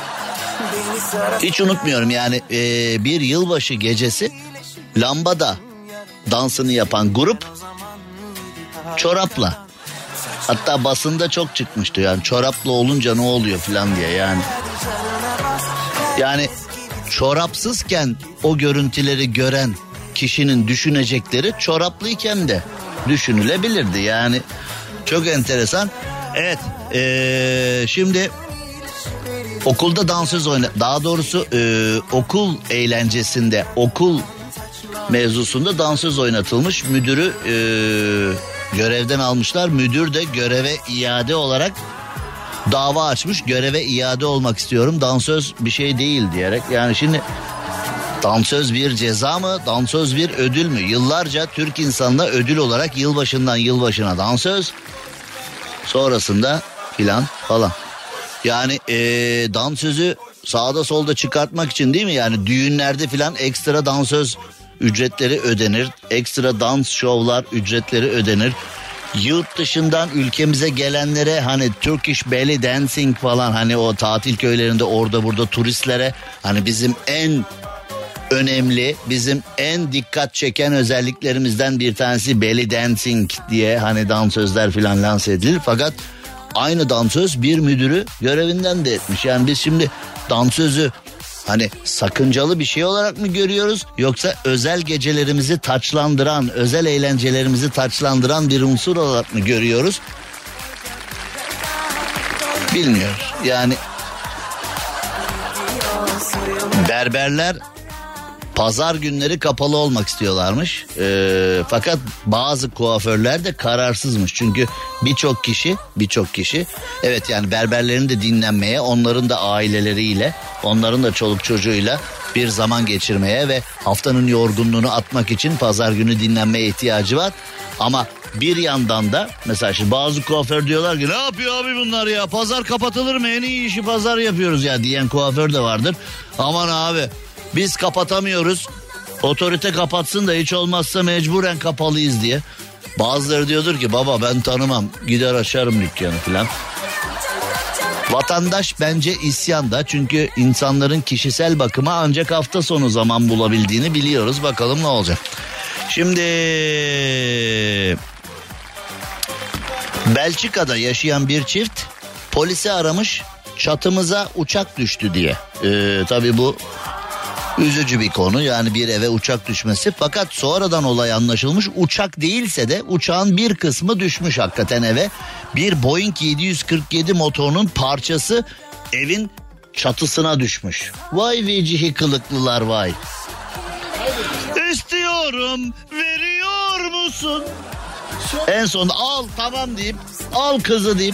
Hiç unutmuyorum yani bir yılbaşı gecesi Lambada dansını yapan grup çorapla. Hatta basında çok çıkmıştı yani çorapla olunca ne oluyor falan diye yani. Yani çorapsızken o görüntüleri gören kişinin düşünecekleri çoraplıyken de düşünülebilirdi yani. Çok enteresan. Evet şimdi okulda dansöz daha doğrusu okul eğlencesinde, okul mevzusunda dansöz oynatılmış. Müdürü görevden almışlar. Müdür de göreve iade olarak dava açmış. Göreve iade olmak istiyorum. Dansöz bir şey değil diyerek. Yani şimdi dansöz bir ceza mı? Dansöz bir ödül mü? Yıllarca Türk insanına ödül olarak yılbaşından yılbaşına dansöz. Sonrasında filan falan. Yani dansözü sağda solda çıkartmak için değil mi? Yani düğünlerde filan ekstra dansöz ücretleri ödenir. Ekstra dans şovlar ücretleri ödenir. Yurt dışından ülkemize gelenlere hani Turkish belly dancing falan hani o tatil köylerinde orada burada turistlere hani bizim en önemli, bizim en dikkat çeken özelliklerimizden bir tanesi belly dancing diye hani dansözler filan lanse edilir. Fakat aynı dansöz bir müdürü görevinden de etmiş. Yani biz şimdi dansözü hani sakıncalı bir şey olarak mı görüyoruz yoksa özel gecelerimizi taçlandıran, özel eğlencelerimizi taçlandıran bir unsur olarak mı görüyoruz? Bilmiyoruz. Yani berberler pazar günleri kapalı olmak istiyorlarmış. Fakat bazı kuaförler de kararsızmış. Çünkü birçok kişi evet yani berberlerin de dinlenmeye, onların da aileleriyle, onların da çoluk çocuğuyla bir zaman geçirmeye ve haftanın yorgunluğunu atmak için pazar günü dinlenmeye ihtiyacı var. Ama bir yandan da mesela şimdi bazı kuaför diyorlar ki ne yapıyor abi bunlar ya, pazar kapatılır mı, en iyi işi pazar yapıyoruz ya diyen kuaför de vardır. Aman abi biz kapatamıyoruz, otorite kapatsın da hiç olmazsa mecburen kapalıyız diye. Bazıları diyordur ki baba ben tanımam, gider açarım dükkanı falan. Vatandaş bence isyanda, çünkü insanların kişisel bakıma ancak hafta sonu zaman bulabildiğini biliyoruz. Bakalım ne olacak. Şimdi Belçika'da yaşayan bir çift polisi aramış, çatımıza uçak düştü diye. Tabii bu üzücü bir konu, yani bir eve uçak düşmesi. Fakat sonradan olay anlaşılmış, uçak değilse de uçağın bir kısmı düşmüş hakikaten eve. Bir Boeing 747 motorunun parçası evin çatısına düşmüş. Vay vecihi kılıklılar vay. İstiyorum, veriyor musun? En son al tamam deyip, al kızı deyip.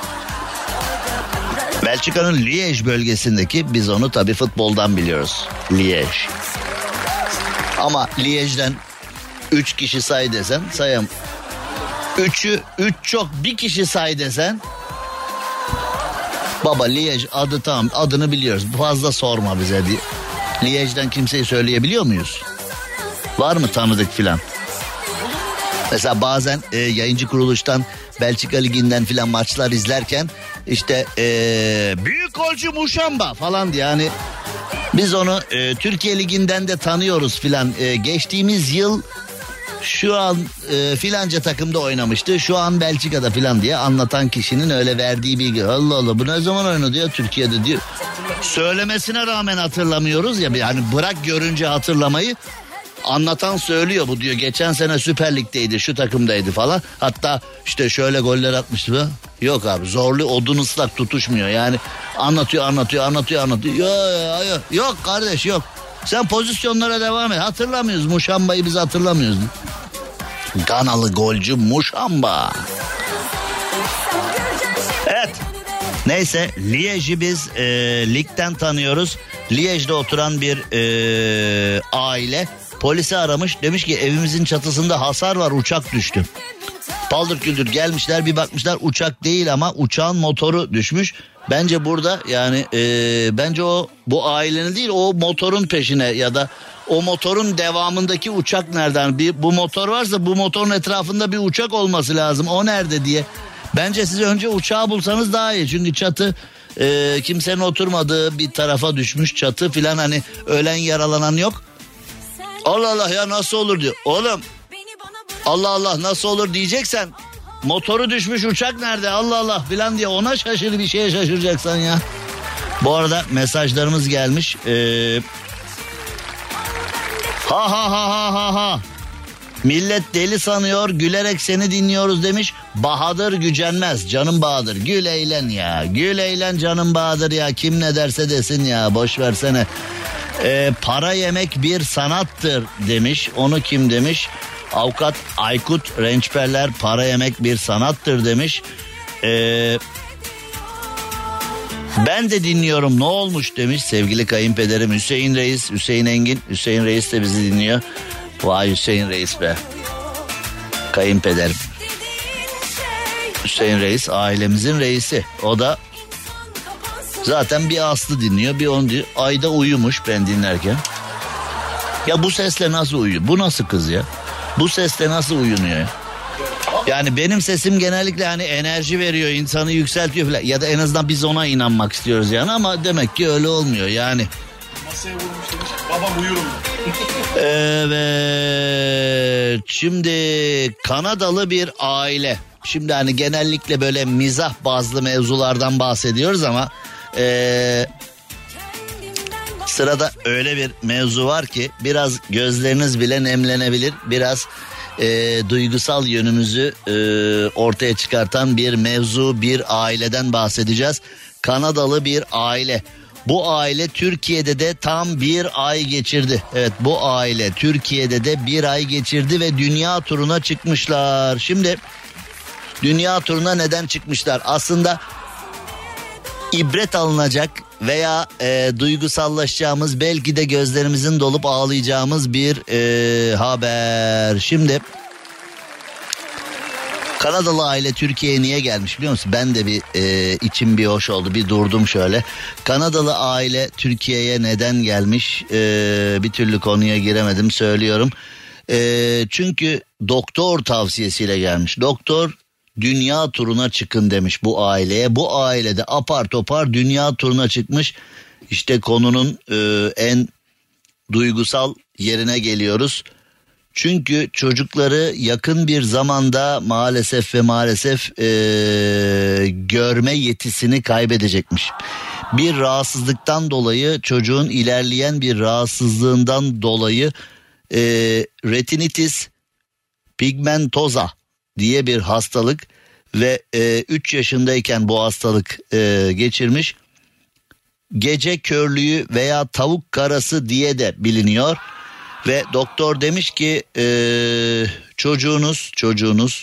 Belçika'nın Liège bölgesindeki, biz onu tabii futboldan biliyoruz. Liège. Ama Liège'den 3 kişi say desen sayam. 3 çok, bir kişi say desen. Baba Liège adı, tamam adını biliyoruz. Fazla sorma bize diye. Liège'den kimseyi söyleyebiliyor muyuz? Var mı tanıdık filan? Mesela bazen yayıncı kuruluştan Belçika Ligi'nden filan maçlar izlerken işte büyük golcü Muşamba falan diye, yani biz onu Türkiye Ligi'nden de tanıyoruz filan. Geçtiğimiz yıl şu an filanca takımda oynamıştı, şu an Belçika'da filan diye anlatan kişinin öyle verdiği bilgi. Allah Allah, bu ne zaman oynadı ya Türkiye'de diyor. Söylemesine rağmen hatırlamıyoruz ya, yani bırak görünce hatırlamayı. Anlatan söylüyor, bu diyor geçen sene Süper Lig'deydi, şu takımdaydı falan. Hatta işte şöyle goller atmıştı. Yok abi, zorlu odun ıslak tutuşmuyor yani. Anlatıyor. Yok kardeş yok. Sen pozisyonlara devam et. Hatırlamıyoruz, Muşamba'yı biz hatırlamıyoruz. Ganalı golcü Muşamba. Evet. Neyse, Liège'i biz ligden tanıyoruz. Liège'de oturan bir aile polisi aramış, demiş ki evimizin çatısında hasar var, uçak düştü. Paldır küldür gelmişler, bir bakmışlar uçak değil ama uçağın motoru düşmüş. Bence burada yani bence bu ailenin değil, o motorun peşine ya da o motorun devamındaki uçak nereden? Bu motor varsa bu motorun etrafında bir uçak olması lazım, o nerede diye. Bence siz önce uçağı bulsanız daha iyi, çünkü çatı kimsenin oturmadığı bir tarafa düşmüş çatı filan, hani ölen yaralanan yok. Allah Allah ya nasıl olur diyor. Oğlum Allah Allah nasıl olur diyeceksen, motoru düşmüş uçak nerede Allah Allah filan diye ona şaşır, bir şeye şaşıracaksan ya. Bu arada mesajlarımız gelmiş. Ha. Millet deli sanıyor, gülerek seni dinliyoruz demiş Bahadır Gücenmez. Canım Bahadır, gül eğlen ya, gül eğlen canım Bahadır ya, kim ne derse desin ya, boş versene. Para yemek bir sanattır demiş, onu kim demiş? Avukat Aykut Rençperler, para yemek bir sanattır demiş. Ben de dinliyorum, ne olmuş demiş sevgili kayınpederim Hüseyin Reis, Hüseyin Engin. Hüseyin Reis de bizi dinliyor. Vay Hüseyin Reis be, kayınpederim Hüseyin Reis ailemizin reisi. O da zaten bir Aslı dinliyor, bir onu diyor. Ayda uyumuş ben dinlerken. Ya bu sesle nasıl uyuyor? Bu nasıl kız ya? Bu sesle nasıl uyunuyor ya? Yani benim sesim genellikle hani enerji veriyor, insanı yükseltiyor falan. Ya da en azından biz ona inanmak istiyoruz yani, ama demek ki öyle olmuyor yani. Masaya vurmuş demiş, babam uyurum. Evet, şimdi Kanadalı bir aile. Şimdi hani genellikle böyle mizah bazlı mevzulardan bahsediyoruz ama sırada öyle bir mevzu var ki biraz gözleriniz bile nemlenebilir. Biraz duygusal yönümüzü ortaya çıkartan bir mevzu, bir aileden bahsedeceğiz. Kanadalı bir aile. Bu aile Türkiye'de de tam bir ay geçirdi. Evet, bu aile Türkiye'de de bir ay geçirdi ve dünya turuna çıkmışlar. Şimdi dünya turuna neden çıkmışlar? Aslında ibret alınacak veya duygusallaşacağımız, belki de gözlerimizin dolup ağlayacağımız bir haber. Şimdi Kanadalı aile Türkiye'ye niye gelmiş biliyor musun? Ben de bir içim bir hoş oldu, bir durdum şöyle. Kanadalı aile Türkiye'ye neden gelmiş? Bir türlü konuya giremedim, söylüyorum. Çünkü doktor tavsiyesiyle gelmiş. Doktor dünya turuna çıkın demiş bu aileye. Bu ailede apar topar dünya turuna çıkmış. İşte konunun en duygusal yerine geliyoruz. Çünkü çocukları yakın bir zamanda maalesef görme yetisini kaybedecekmiş. Bir rahatsızlıktan dolayı, çocuğun ilerleyen bir rahatsızlığından dolayı retinitis pigmentosa diye bir hastalık ve 3 yaşındayken bu hastalık geçirmiş. Gece körlüğü veya tavuk karası diye de biliniyor. Ve doktor demiş ki çocuğunuz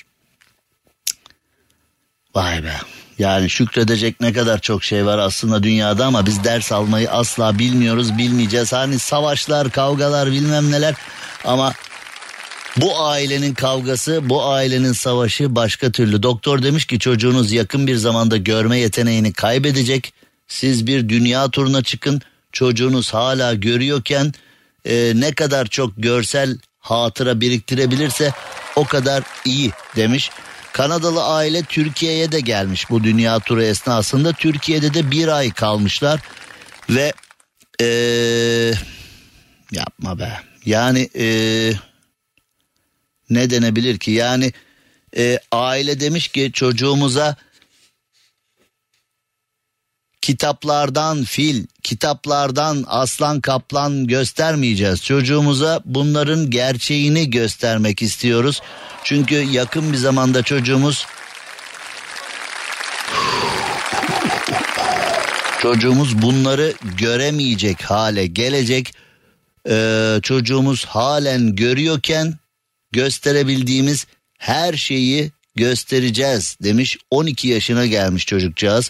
vay be, yani şükredecek ne kadar çok şey var aslında dünyada ama biz ders almayı asla bilmeyeceğiz. Hani savaşlar, kavgalar, bilmem neler, ama bu ailenin kavgası, bu ailenin savaşı başka türlü. Doktor demiş ki çocuğunuz yakın bir zamanda görme yeteneğini kaybedecek. Siz bir dünya turuna çıkın, çocuğunuz hala görüyorken ne kadar çok görsel hatıra biriktirebilirse o kadar iyi demiş. Kanadalı aile Türkiye'ye de gelmiş bu dünya turu esnasında. Türkiye'de de bir ay kalmışlar ve yapma be, yani ne denebilir ki, yani aile demiş ki çocuğumuza kitaplardan fil, kitaplardan aslan kaplan göstermeyeceğiz. Çocuğumuza bunların gerçeğini göstermek istiyoruz. Çünkü yakın bir zamanda çocuğumuz bunları göremeyecek hale gelecek. Çocuğumuz halen görüyorken gösterebildiğimiz her şeyi göstereceğiz demiş. 12 yaşına gelmiş çocukcağız.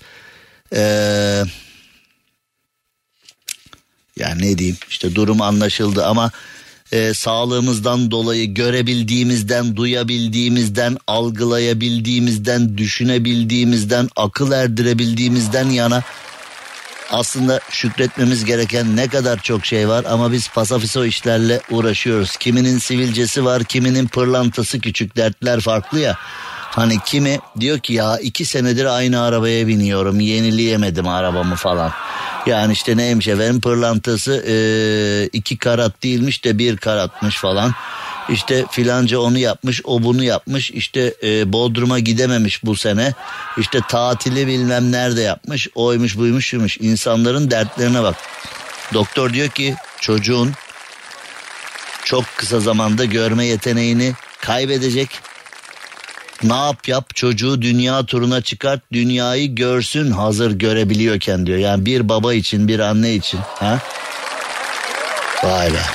Yani ne diyeyim, işte durum anlaşıldı ama sağlığımızdan dolayı görebildiğimizden, duyabildiğimizden, algılayabildiğimizden, düşünebildiğimizden, akıl erdirebildiğimizden yana aslında şükretmemiz gereken ne kadar çok şey var ama biz pasafiso işlerle uğraşıyoruz. Kiminin sivilcesi var, kiminin pırlantası, küçük dertler farklı ya. Hani kimi diyor ki ya 2 senedir aynı arabaya biniyorum, yenileyemedim arabamı falan. Yani işte neymiş efendim, pırlantası 2 karat değilmiş de 1 karatmış falan. İşte filanca onu yapmış, o bunu yapmış, işte Bodrum'a gidememiş bu sene. İşte tatili bilmem nerede yapmış, oymuş buymuş şuymuş. İnsanların dertlerine bak. Doktor diyor ki çocuğun çok kısa zamanda görme yeteneğini kaybedecek. Ne yap çocuğu dünya turuna çıkart, dünyayı görsün hazır görebiliyorken diyor. Yani bir baba için, bir anne için. Ha? Vay be.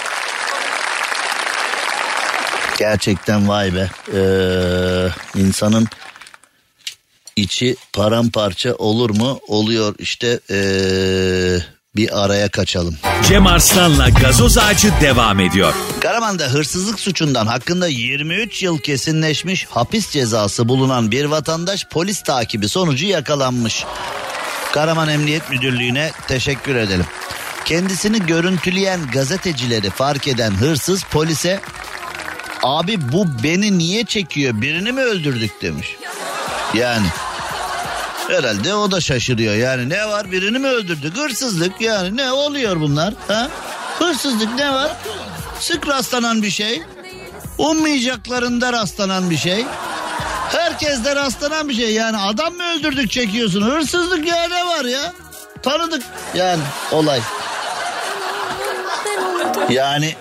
Gerçekten vay be. İnsanın içi paramparça olur mu? Oluyor işte. Bir araya kaçalım. Cem Arslan'la Gazoz Ağacı devam ediyor. Karaman'da hırsızlık suçundan hakkında 23 yıl kesinleşmiş hapis cezası bulunan bir vatandaş polis takibi sonucu yakalanmış. Karaman Emniyet Müdürlüğü'ne teşekkür edelim. Kendisini görüntüleyen gazetecileri fark eden hırsız polise "Abi bu beni niye çekiyor, birini mi öldürdük?" demiş. Yani herhalde o da şaşırıyor. Yani ne var, birini mi öldürdük? Hırsızlık yani, ne oluyor bunlar? Ha? Hırsızlık ne var? Sık rastlanan bir şey. Ummayacaklarında rastlanan bir şey. Herkeste rastlanan bir şey. Yani adam mı öldürdük çekiyorsun? Hırsızlık ya, ne var ya? Tanıdık yani olay. Yani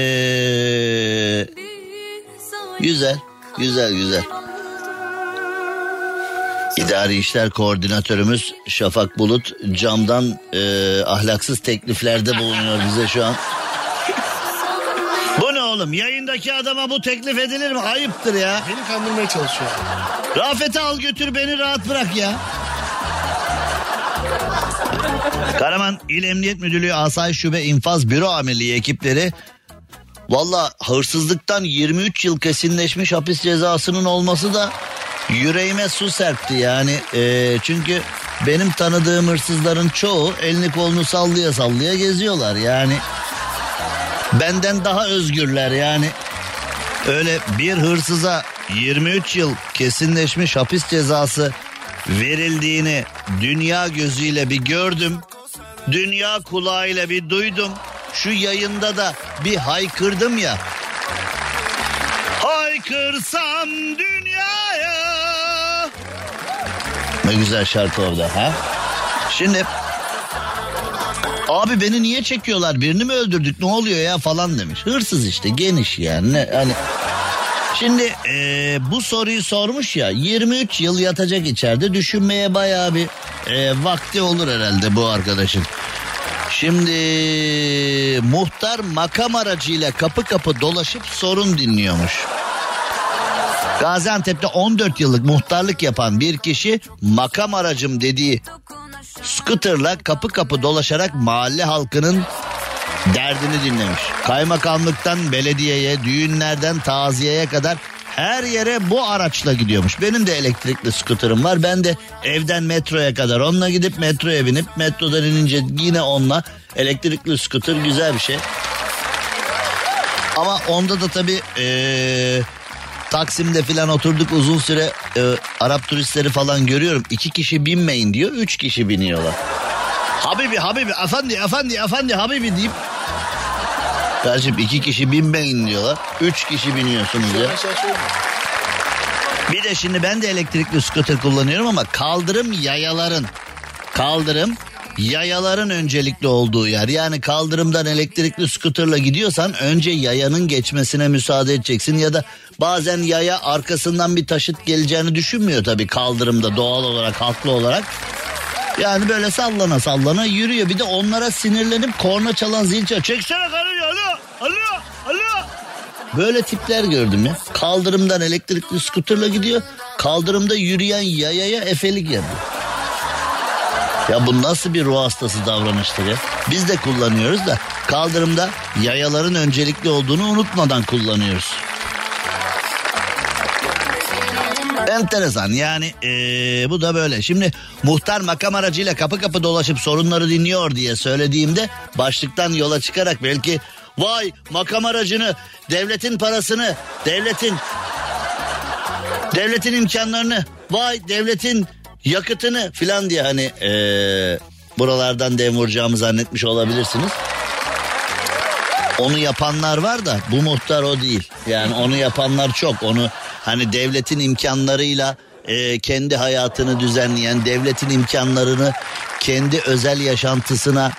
güzel. İdari İşler Koordinatörümüz Şafak Bulut camdan ahlaksız tekliflerde bulunuyor bize şu an. Bu ne oğlum? Yayındaki adama bu teklif edilir mi? Ayıptır ya. Beni kandırmaya çalışıyor. Rafet'i al götür, beni rahat bırak ya. Karaman İl Emniyet Müdürlüğü Asayiş Şube İnfaz Büro Amirliği ekipleri valla hırsızlıktan 23 yıl kesinleşmiş hapis cezasının olması da yüreğime su serpti yani. Çünkü benim tanıdığım hırsızların çoğu elini kolunu sallaya sallaya geziyorlar yani. Benden daha özgürler yani. Öyle bir hırsıza 23 yıl kesinleşmiş hapis cezası verildiğini dünya gözüyle bir gördüm. Dünya kulağıyla bir duydum. Şu yayında da bir haykırdım ya. kırsam dünyaya. Ne güzel şarkı orada ha. Şimdi abi beni niye çekiyorlar, birini mi öldürdük, ne oluyor ya falan demiş. Hırsız işte, geniş yani. Hani şimdi bu soruyu sormuş ya, 23 yıl yatacak içeride, düşünmeye bayağı bir vakti olur herhalde bu arkadaşın. Şimdi muhtar makam aracıyla kapı kapı dolaşıp sorun dinliyormuş. Gaziantep'te 14 yıllık muhtarlık yapan bir kişi makam aracım dediği scooter'la kapı kapı dolaşarak mahalle halkının derdini dinlemiş. Kaymakamlıktan belediyeye, düğünlerden taziyeye kadar her yere bu araçla gidiyormuş. Benim de elektrikli scooter'ım var. Ben de evden metroya kadar onunla gidip metroya binip metrodan inince yine onunla. Elektrikli scooter güzel bir şey. Ama onda da tabii Taksim'de falan oturduk uzun süre, Arap turistleri falan görüyorum. 2 kişi binmeyin diyor, 3 kişi biniyorlar. Habibi efendi Habibi deyip kardeşim 2 kişi binmeyin diyorlar. 3 kişi biniyorsunuz ya. Bir de şimdi ben de elektrikli scooter kullanıyorum ama kaldırım yayaların öncelikli olduğu yer. Yani kaldırımdan elektrikli scooterla gidiyorsan önce yayanın geçmesine müsaade edeceksin. Ya da bazen yaya arkasından bir taşıt geleceğini düşünmüyor tabii kaldırımda, doğal olarak, haklı olarak. Yani böyle sallana sallana yürüyor. Bir de onlara sinirlenip korna çalan zil çalıyor. Çeksene karıyı, alo. Böyle tipler gördüm ya. Kaldırımdan elektrikli skuterla gidiyor. Kaldırımda yürüyen yayaya efelik yapıyor. Ya bu nasıl bir ruh hastası davranıştır ya. Biz de kullanıyoruz da kaldırımda yayaların öncelikli olduğunu unutmadan kullanıyoruz. Enteresan yani, bu da böyle. Şimdi muhtar makam aracıyla kapı kapı dolaşıp sorunları dinliyor diye söylediğimde başlıktan yola çıkarak belki vay makam aracını, devletin parasını, devletin imkanlarını, vay devletin yakıtını filan diye hani buralardan dem vuracağımı zannetmiş olabilirsiniz. Onu yapanlar var da bu muhtar o değil. Yani onu yapanlar çok. Onu hani devletin imkanlarıyla kendi hayatını düzenleyen, devletin imkanlarını kendi özel yaşantısına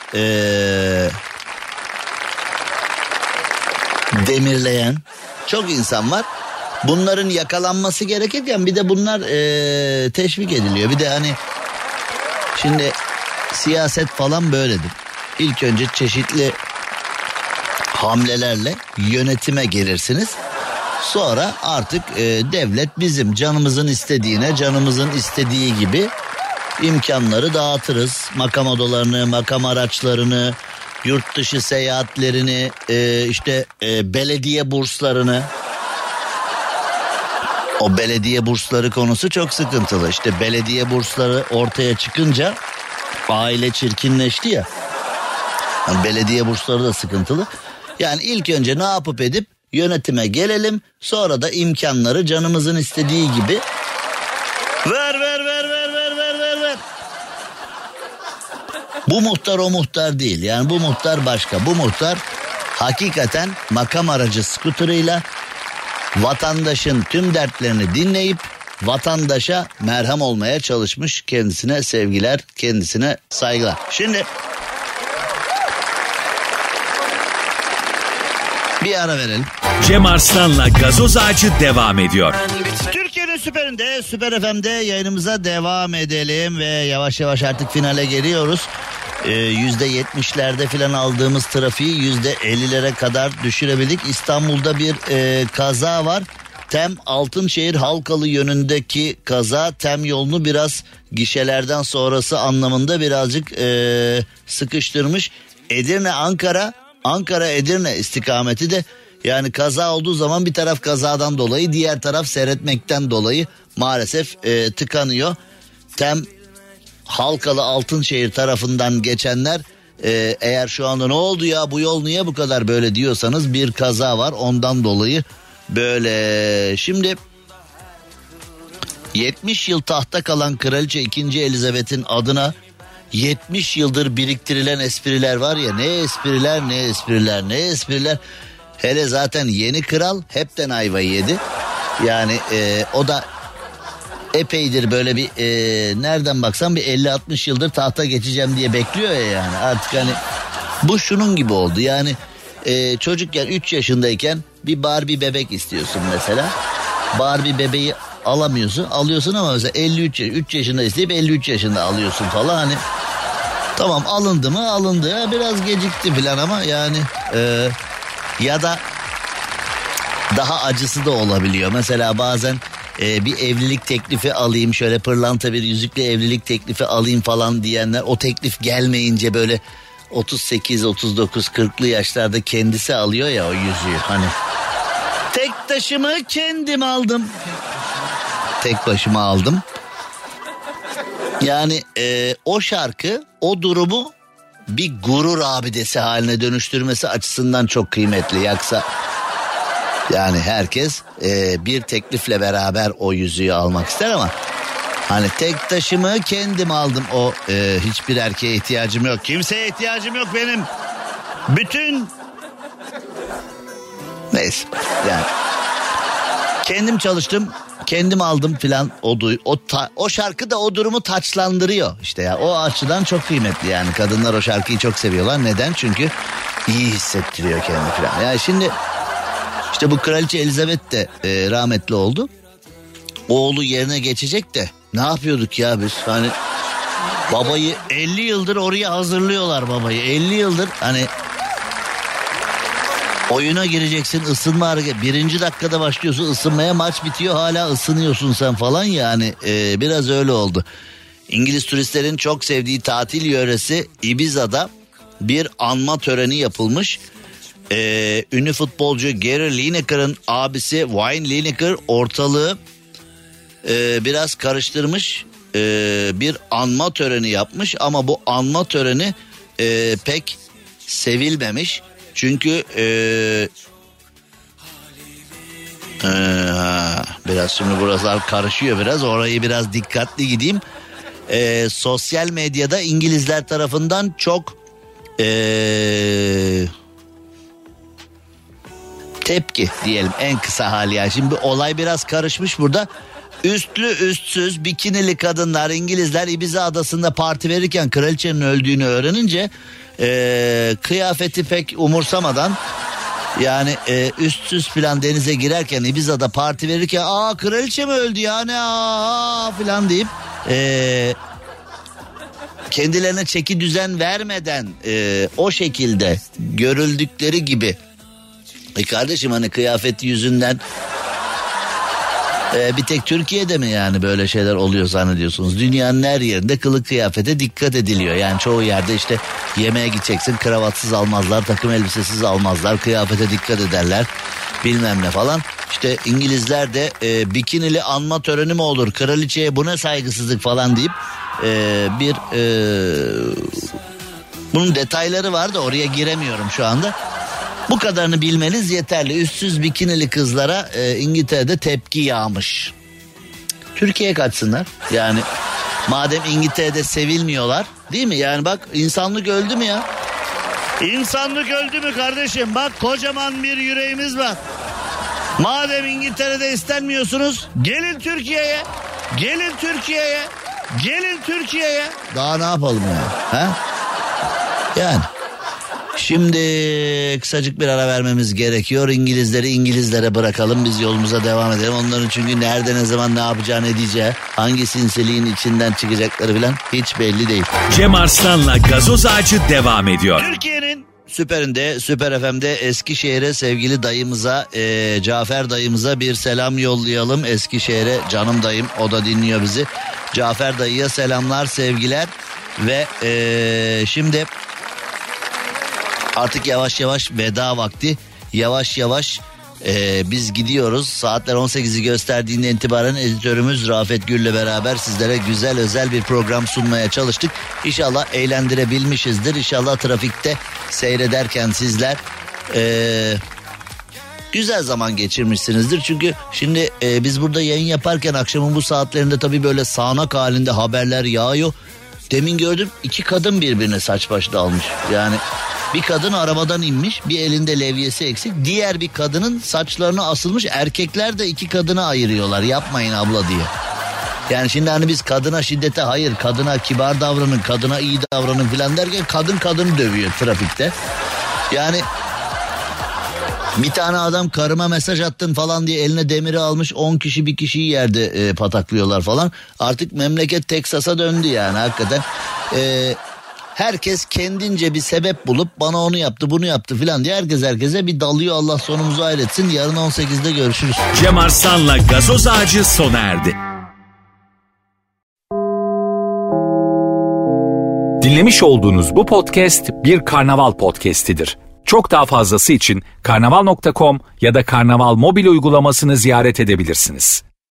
demirleyen çok insan var. Bunların yakalanması gerekirken bir de bunlar teşvik ediliyor. Bir de hani şimdi siyaset falan böyledir. İlk önce çeşitli hamlelerle yönetime gelirsiniz. Sonra artık devlet bizim canımızın istediği gibi imkanları dağıtırız. Makam odalarını, makam araçlarını, yurt dışı seyahatlerini, belediye burslarını. O belediye bursları konusu çok sıkıntılı. İşte belediye bursları ortaya çıkınca aile çirkinleşti ya. Yani belediye bursları da sıkıntılı. Yani ilk önce ne yapıp edip yönetime gelelim. Sonra da imkanları canımızın istediği gibi ver. Bu muhtar o muhtar değil. Yani bu muhtar başka. Bu muhtar hakikaten makam aracı skuterıyla vatandaşın tüm dertlerini dinleyip vatandaşa merhem olmaya çalışmış. Kendisine sevgiler, kendisine saygılar. Şimdi bir ara verelim. Cem Arslan'la Gazoz Ağacı devam ediyor. Türkiye'nin süperinde, Süper FM'de yayınımıza devam edelim ve yavaş yavaş artık finale geliyoruz. %70'lerde falan aldığımız trafiği %50'lere kadar düşürebildik. İstanbul'da bir kaza var. Tem Altınşehir Halkalı yönündeki kaza Tem yolunu biraz gişelerden sonrası anlamında birazcık sıkıştırmış. Edirne Ankara Edirne istikameti de yani kaza olduğu zaman bir taraf kazadan dolayı diğer taraf seyretmekten dolayı maalesef tıkanıyor. Tem Halkalı Altınşehir tarafından geçenler eğer şu anda ne oldu ya bu yol niye bu kadar böyle diyorsanız bir kaza var ondan dolayı böyle. Şimdi 70 yıl tahta kalan Kraliçe 2. Elizabeth'in adına 70 yıldır biriktirilen espriler var ya, ne espriler. Hele zaten yeni kral hepten ayvayı yedi. Yani o da epeydir böyle bir nereden baksan bir 50-60 yıldır tahta geçeceğim diye bekliyor ya yani. Artık hani bu şunun gibi oldu yani çocukken 3 yaşındayken bir Barbie bebek istiyorsun mesela. Barbie bebeği alıyorsun ama mesela 3 yaşında isteyip 53 yaşında alıyorsun falan hani. Tamam alındı mı alındı biraz gecikti falan ama yani ya da daha acısı da olabiliyor. Mesela bazen bir evlilik teklifi alayım şöyle pırlanta bir yüzükle evlilik teklifi alayım falan diyenler o teklif gelmeyince böyle 38, 39, 40'lı yaşlarda kendisi alıyor ya o yüzüğü hani. Tek taşımı kendim aldım. Tek başıma aldım. Yani o şarkı o durumu bir gurur abidesi haline dönüştürmesi açısından çok kıymetli. Yoksa yani herkes bir teklifle beraber o yüzüğü almak ister ama hani tek taşımı kendim aldım o hiçbir erkeğe ihtiyacım yok. Kimseye ihtiyacım yok benim. Bütün neyse yani kendim çalıştım. Kendim aldım filan o şarkı da o durumu taçlandırıyor işte ya o açıdan çok kıymetli yani kadınlar o şarkıyı çok seviyorlar neden çünkü iyi hissettiriyor kendini filan yani şimdi işte bu Kraliçe Elizabeth de rahmetli oldu oğlu yerine geçecek de ne yapıyorduk ya biz hani babayı 50 yıldır oraya hazırlıyorlar babayı 50 yıldır hani oyuna gireceksin ısınma hareketi. 1. dakikada başlıyorsun ısınmaya maç bitiyor hala ısınıyorsun sen falan yani biraz öyle oldu. İngiliz turistlerin çok sevdiği tatil yöresi Ibiza'da bir anma töreni yapılmış. Ünlü futbolcu Gary Lineker'ın abisi Wayne Lineker ortalığı biraz karıştırmış. Bir anma töreni yapmış ama bu anma töreni pek sevilmemiş. Çünkü biraz şimdi buralar karışıyor biraz orayı biraz dikkatli gideyim. Sosyal medyada İngilizler tarafından çok tepki diyelim en kısa hali yani. Şimdi olay biraz karışmış burada. Üstlü üstsüz bikinili kadınlar İngilizler Ibiza adasında parti verirken kraliçenin öldüğünü öğrenince kıyafeti pek umursamadan yani üstsüz falan denize girerken Ibiza'da parti verirken kraliçe mi öldü ya ne falan deyip kendilerine çeki düzen vermeden o şekilde görüldükleri gibi kardeşim hani kıyafet yüzünden bir tek Türkiye'de mi yani böyle şeyler oluyor zannediyorsunuz? Dünyanın her yerinde kılık kıyafete dikkat ediliyor. Yani çoğu yerde işte yemeğe gideceksin kravatsız almazlar, takım elbisesiz almazlar, kıyafete dikkat ederler bilmem ne falan. İşte İngilizler de bikinili anma töreni mi olur? Kraliçeye bu ne saygısızlık falan deyip bunun detayları var da oraya giremiyorum şu anda. Bu kadarını bilmeniz yeterli. Üstsüz bikinili kızlara İngiltere'de tepki yağmış. Türkiye'ye kaçsınlar. Yani madem İngiltere'de sevilmiyorlar değil mi? Yani bak insanlık öldü mü ya? İnsanlık öldü mü kardeşim? Bak kocaman bir yüreğimiz var. Madem İngiltere'de istenmiyorsunuz gelin Türkiye'ye. Gelin Türkiye'ye. Gelin Türkiye'ye. Daha ne yapalım ya? Ha? Yani. Şimdi kısacık bir ara vermemiz gerekiyor. İngilizleri İngilizlere bırakalım. Biz yolumuza devam edelim. Onların çünkü nerede ne zaman ne yapacağını edeceği, hangi sinsiliğin içinden çıkacakları falan hiç belli değil. Cem Arslan'la Gazoz Ağacı devam ediyor. Türkiye'nin Süper'inde, Süper FM'de Eskişehir'e sevgili dayımıza, Cafer dayımıza bir selam yollayalım. Eskişehir'e canım dayım, o da dinliyor bizi. Cafer dayıya selamlar, sevgiler ve şimdi artık yavaş yavaş veda vakti. Yavaş yavaş biz gidiyoruz. Saatler 18'i gösterdiğinden itibaren editörümüz Rafet Gül'le beraber sizlere güzel özel bir program sunmaya çalıştık. İnşallah eğlendirebilmişizdir. İnşallah trafikte seyrederken sizler güzel zaman geçirmişsinizdir. Çünkü şimdi biz burada yayın yaparken akşamın bu saatlerinde tabii böyle sağanak halinde haberler yağıyor. Demin gördüm 2 kadın birbirine saç baş dalmış. Yani Bir kadın arabadan inmiş, bir elinde levyesi eksik. Diğer bir kadının saçlarına asılmış. Erkekler de 2 kadına ayırıyorlar. Yapmayın abla diye. Yani şimdi hani biz kadına şiddete hayır, kadına kibar davranın, kadına iyi davranın filan derken kadın kadını dövüyor trafikte. Yani bir tane adam karıma mesaj attın falan diye eline demiri almış, 10 kişi bir kişiyi yerde pataklıyorlar falan. Artık memleket Teksas'a döndü yani hakikaten. Herkes kendince bir sebep bulup bana onu yaptı bunu yaptı filan diye herkese bir dalıyor. Allah sonumuzu hayretsin. Yarın 18'de görüşürüz. Cem Arslan'la Gazoz Ağacı sona erdi. Dinlemiş olduğunuz bu podcast bir karnaval podcastidir. Çok daha fazlası için karnaval.com ya da karnaval mobil uygulamasını ziyaret edebilirsiniz.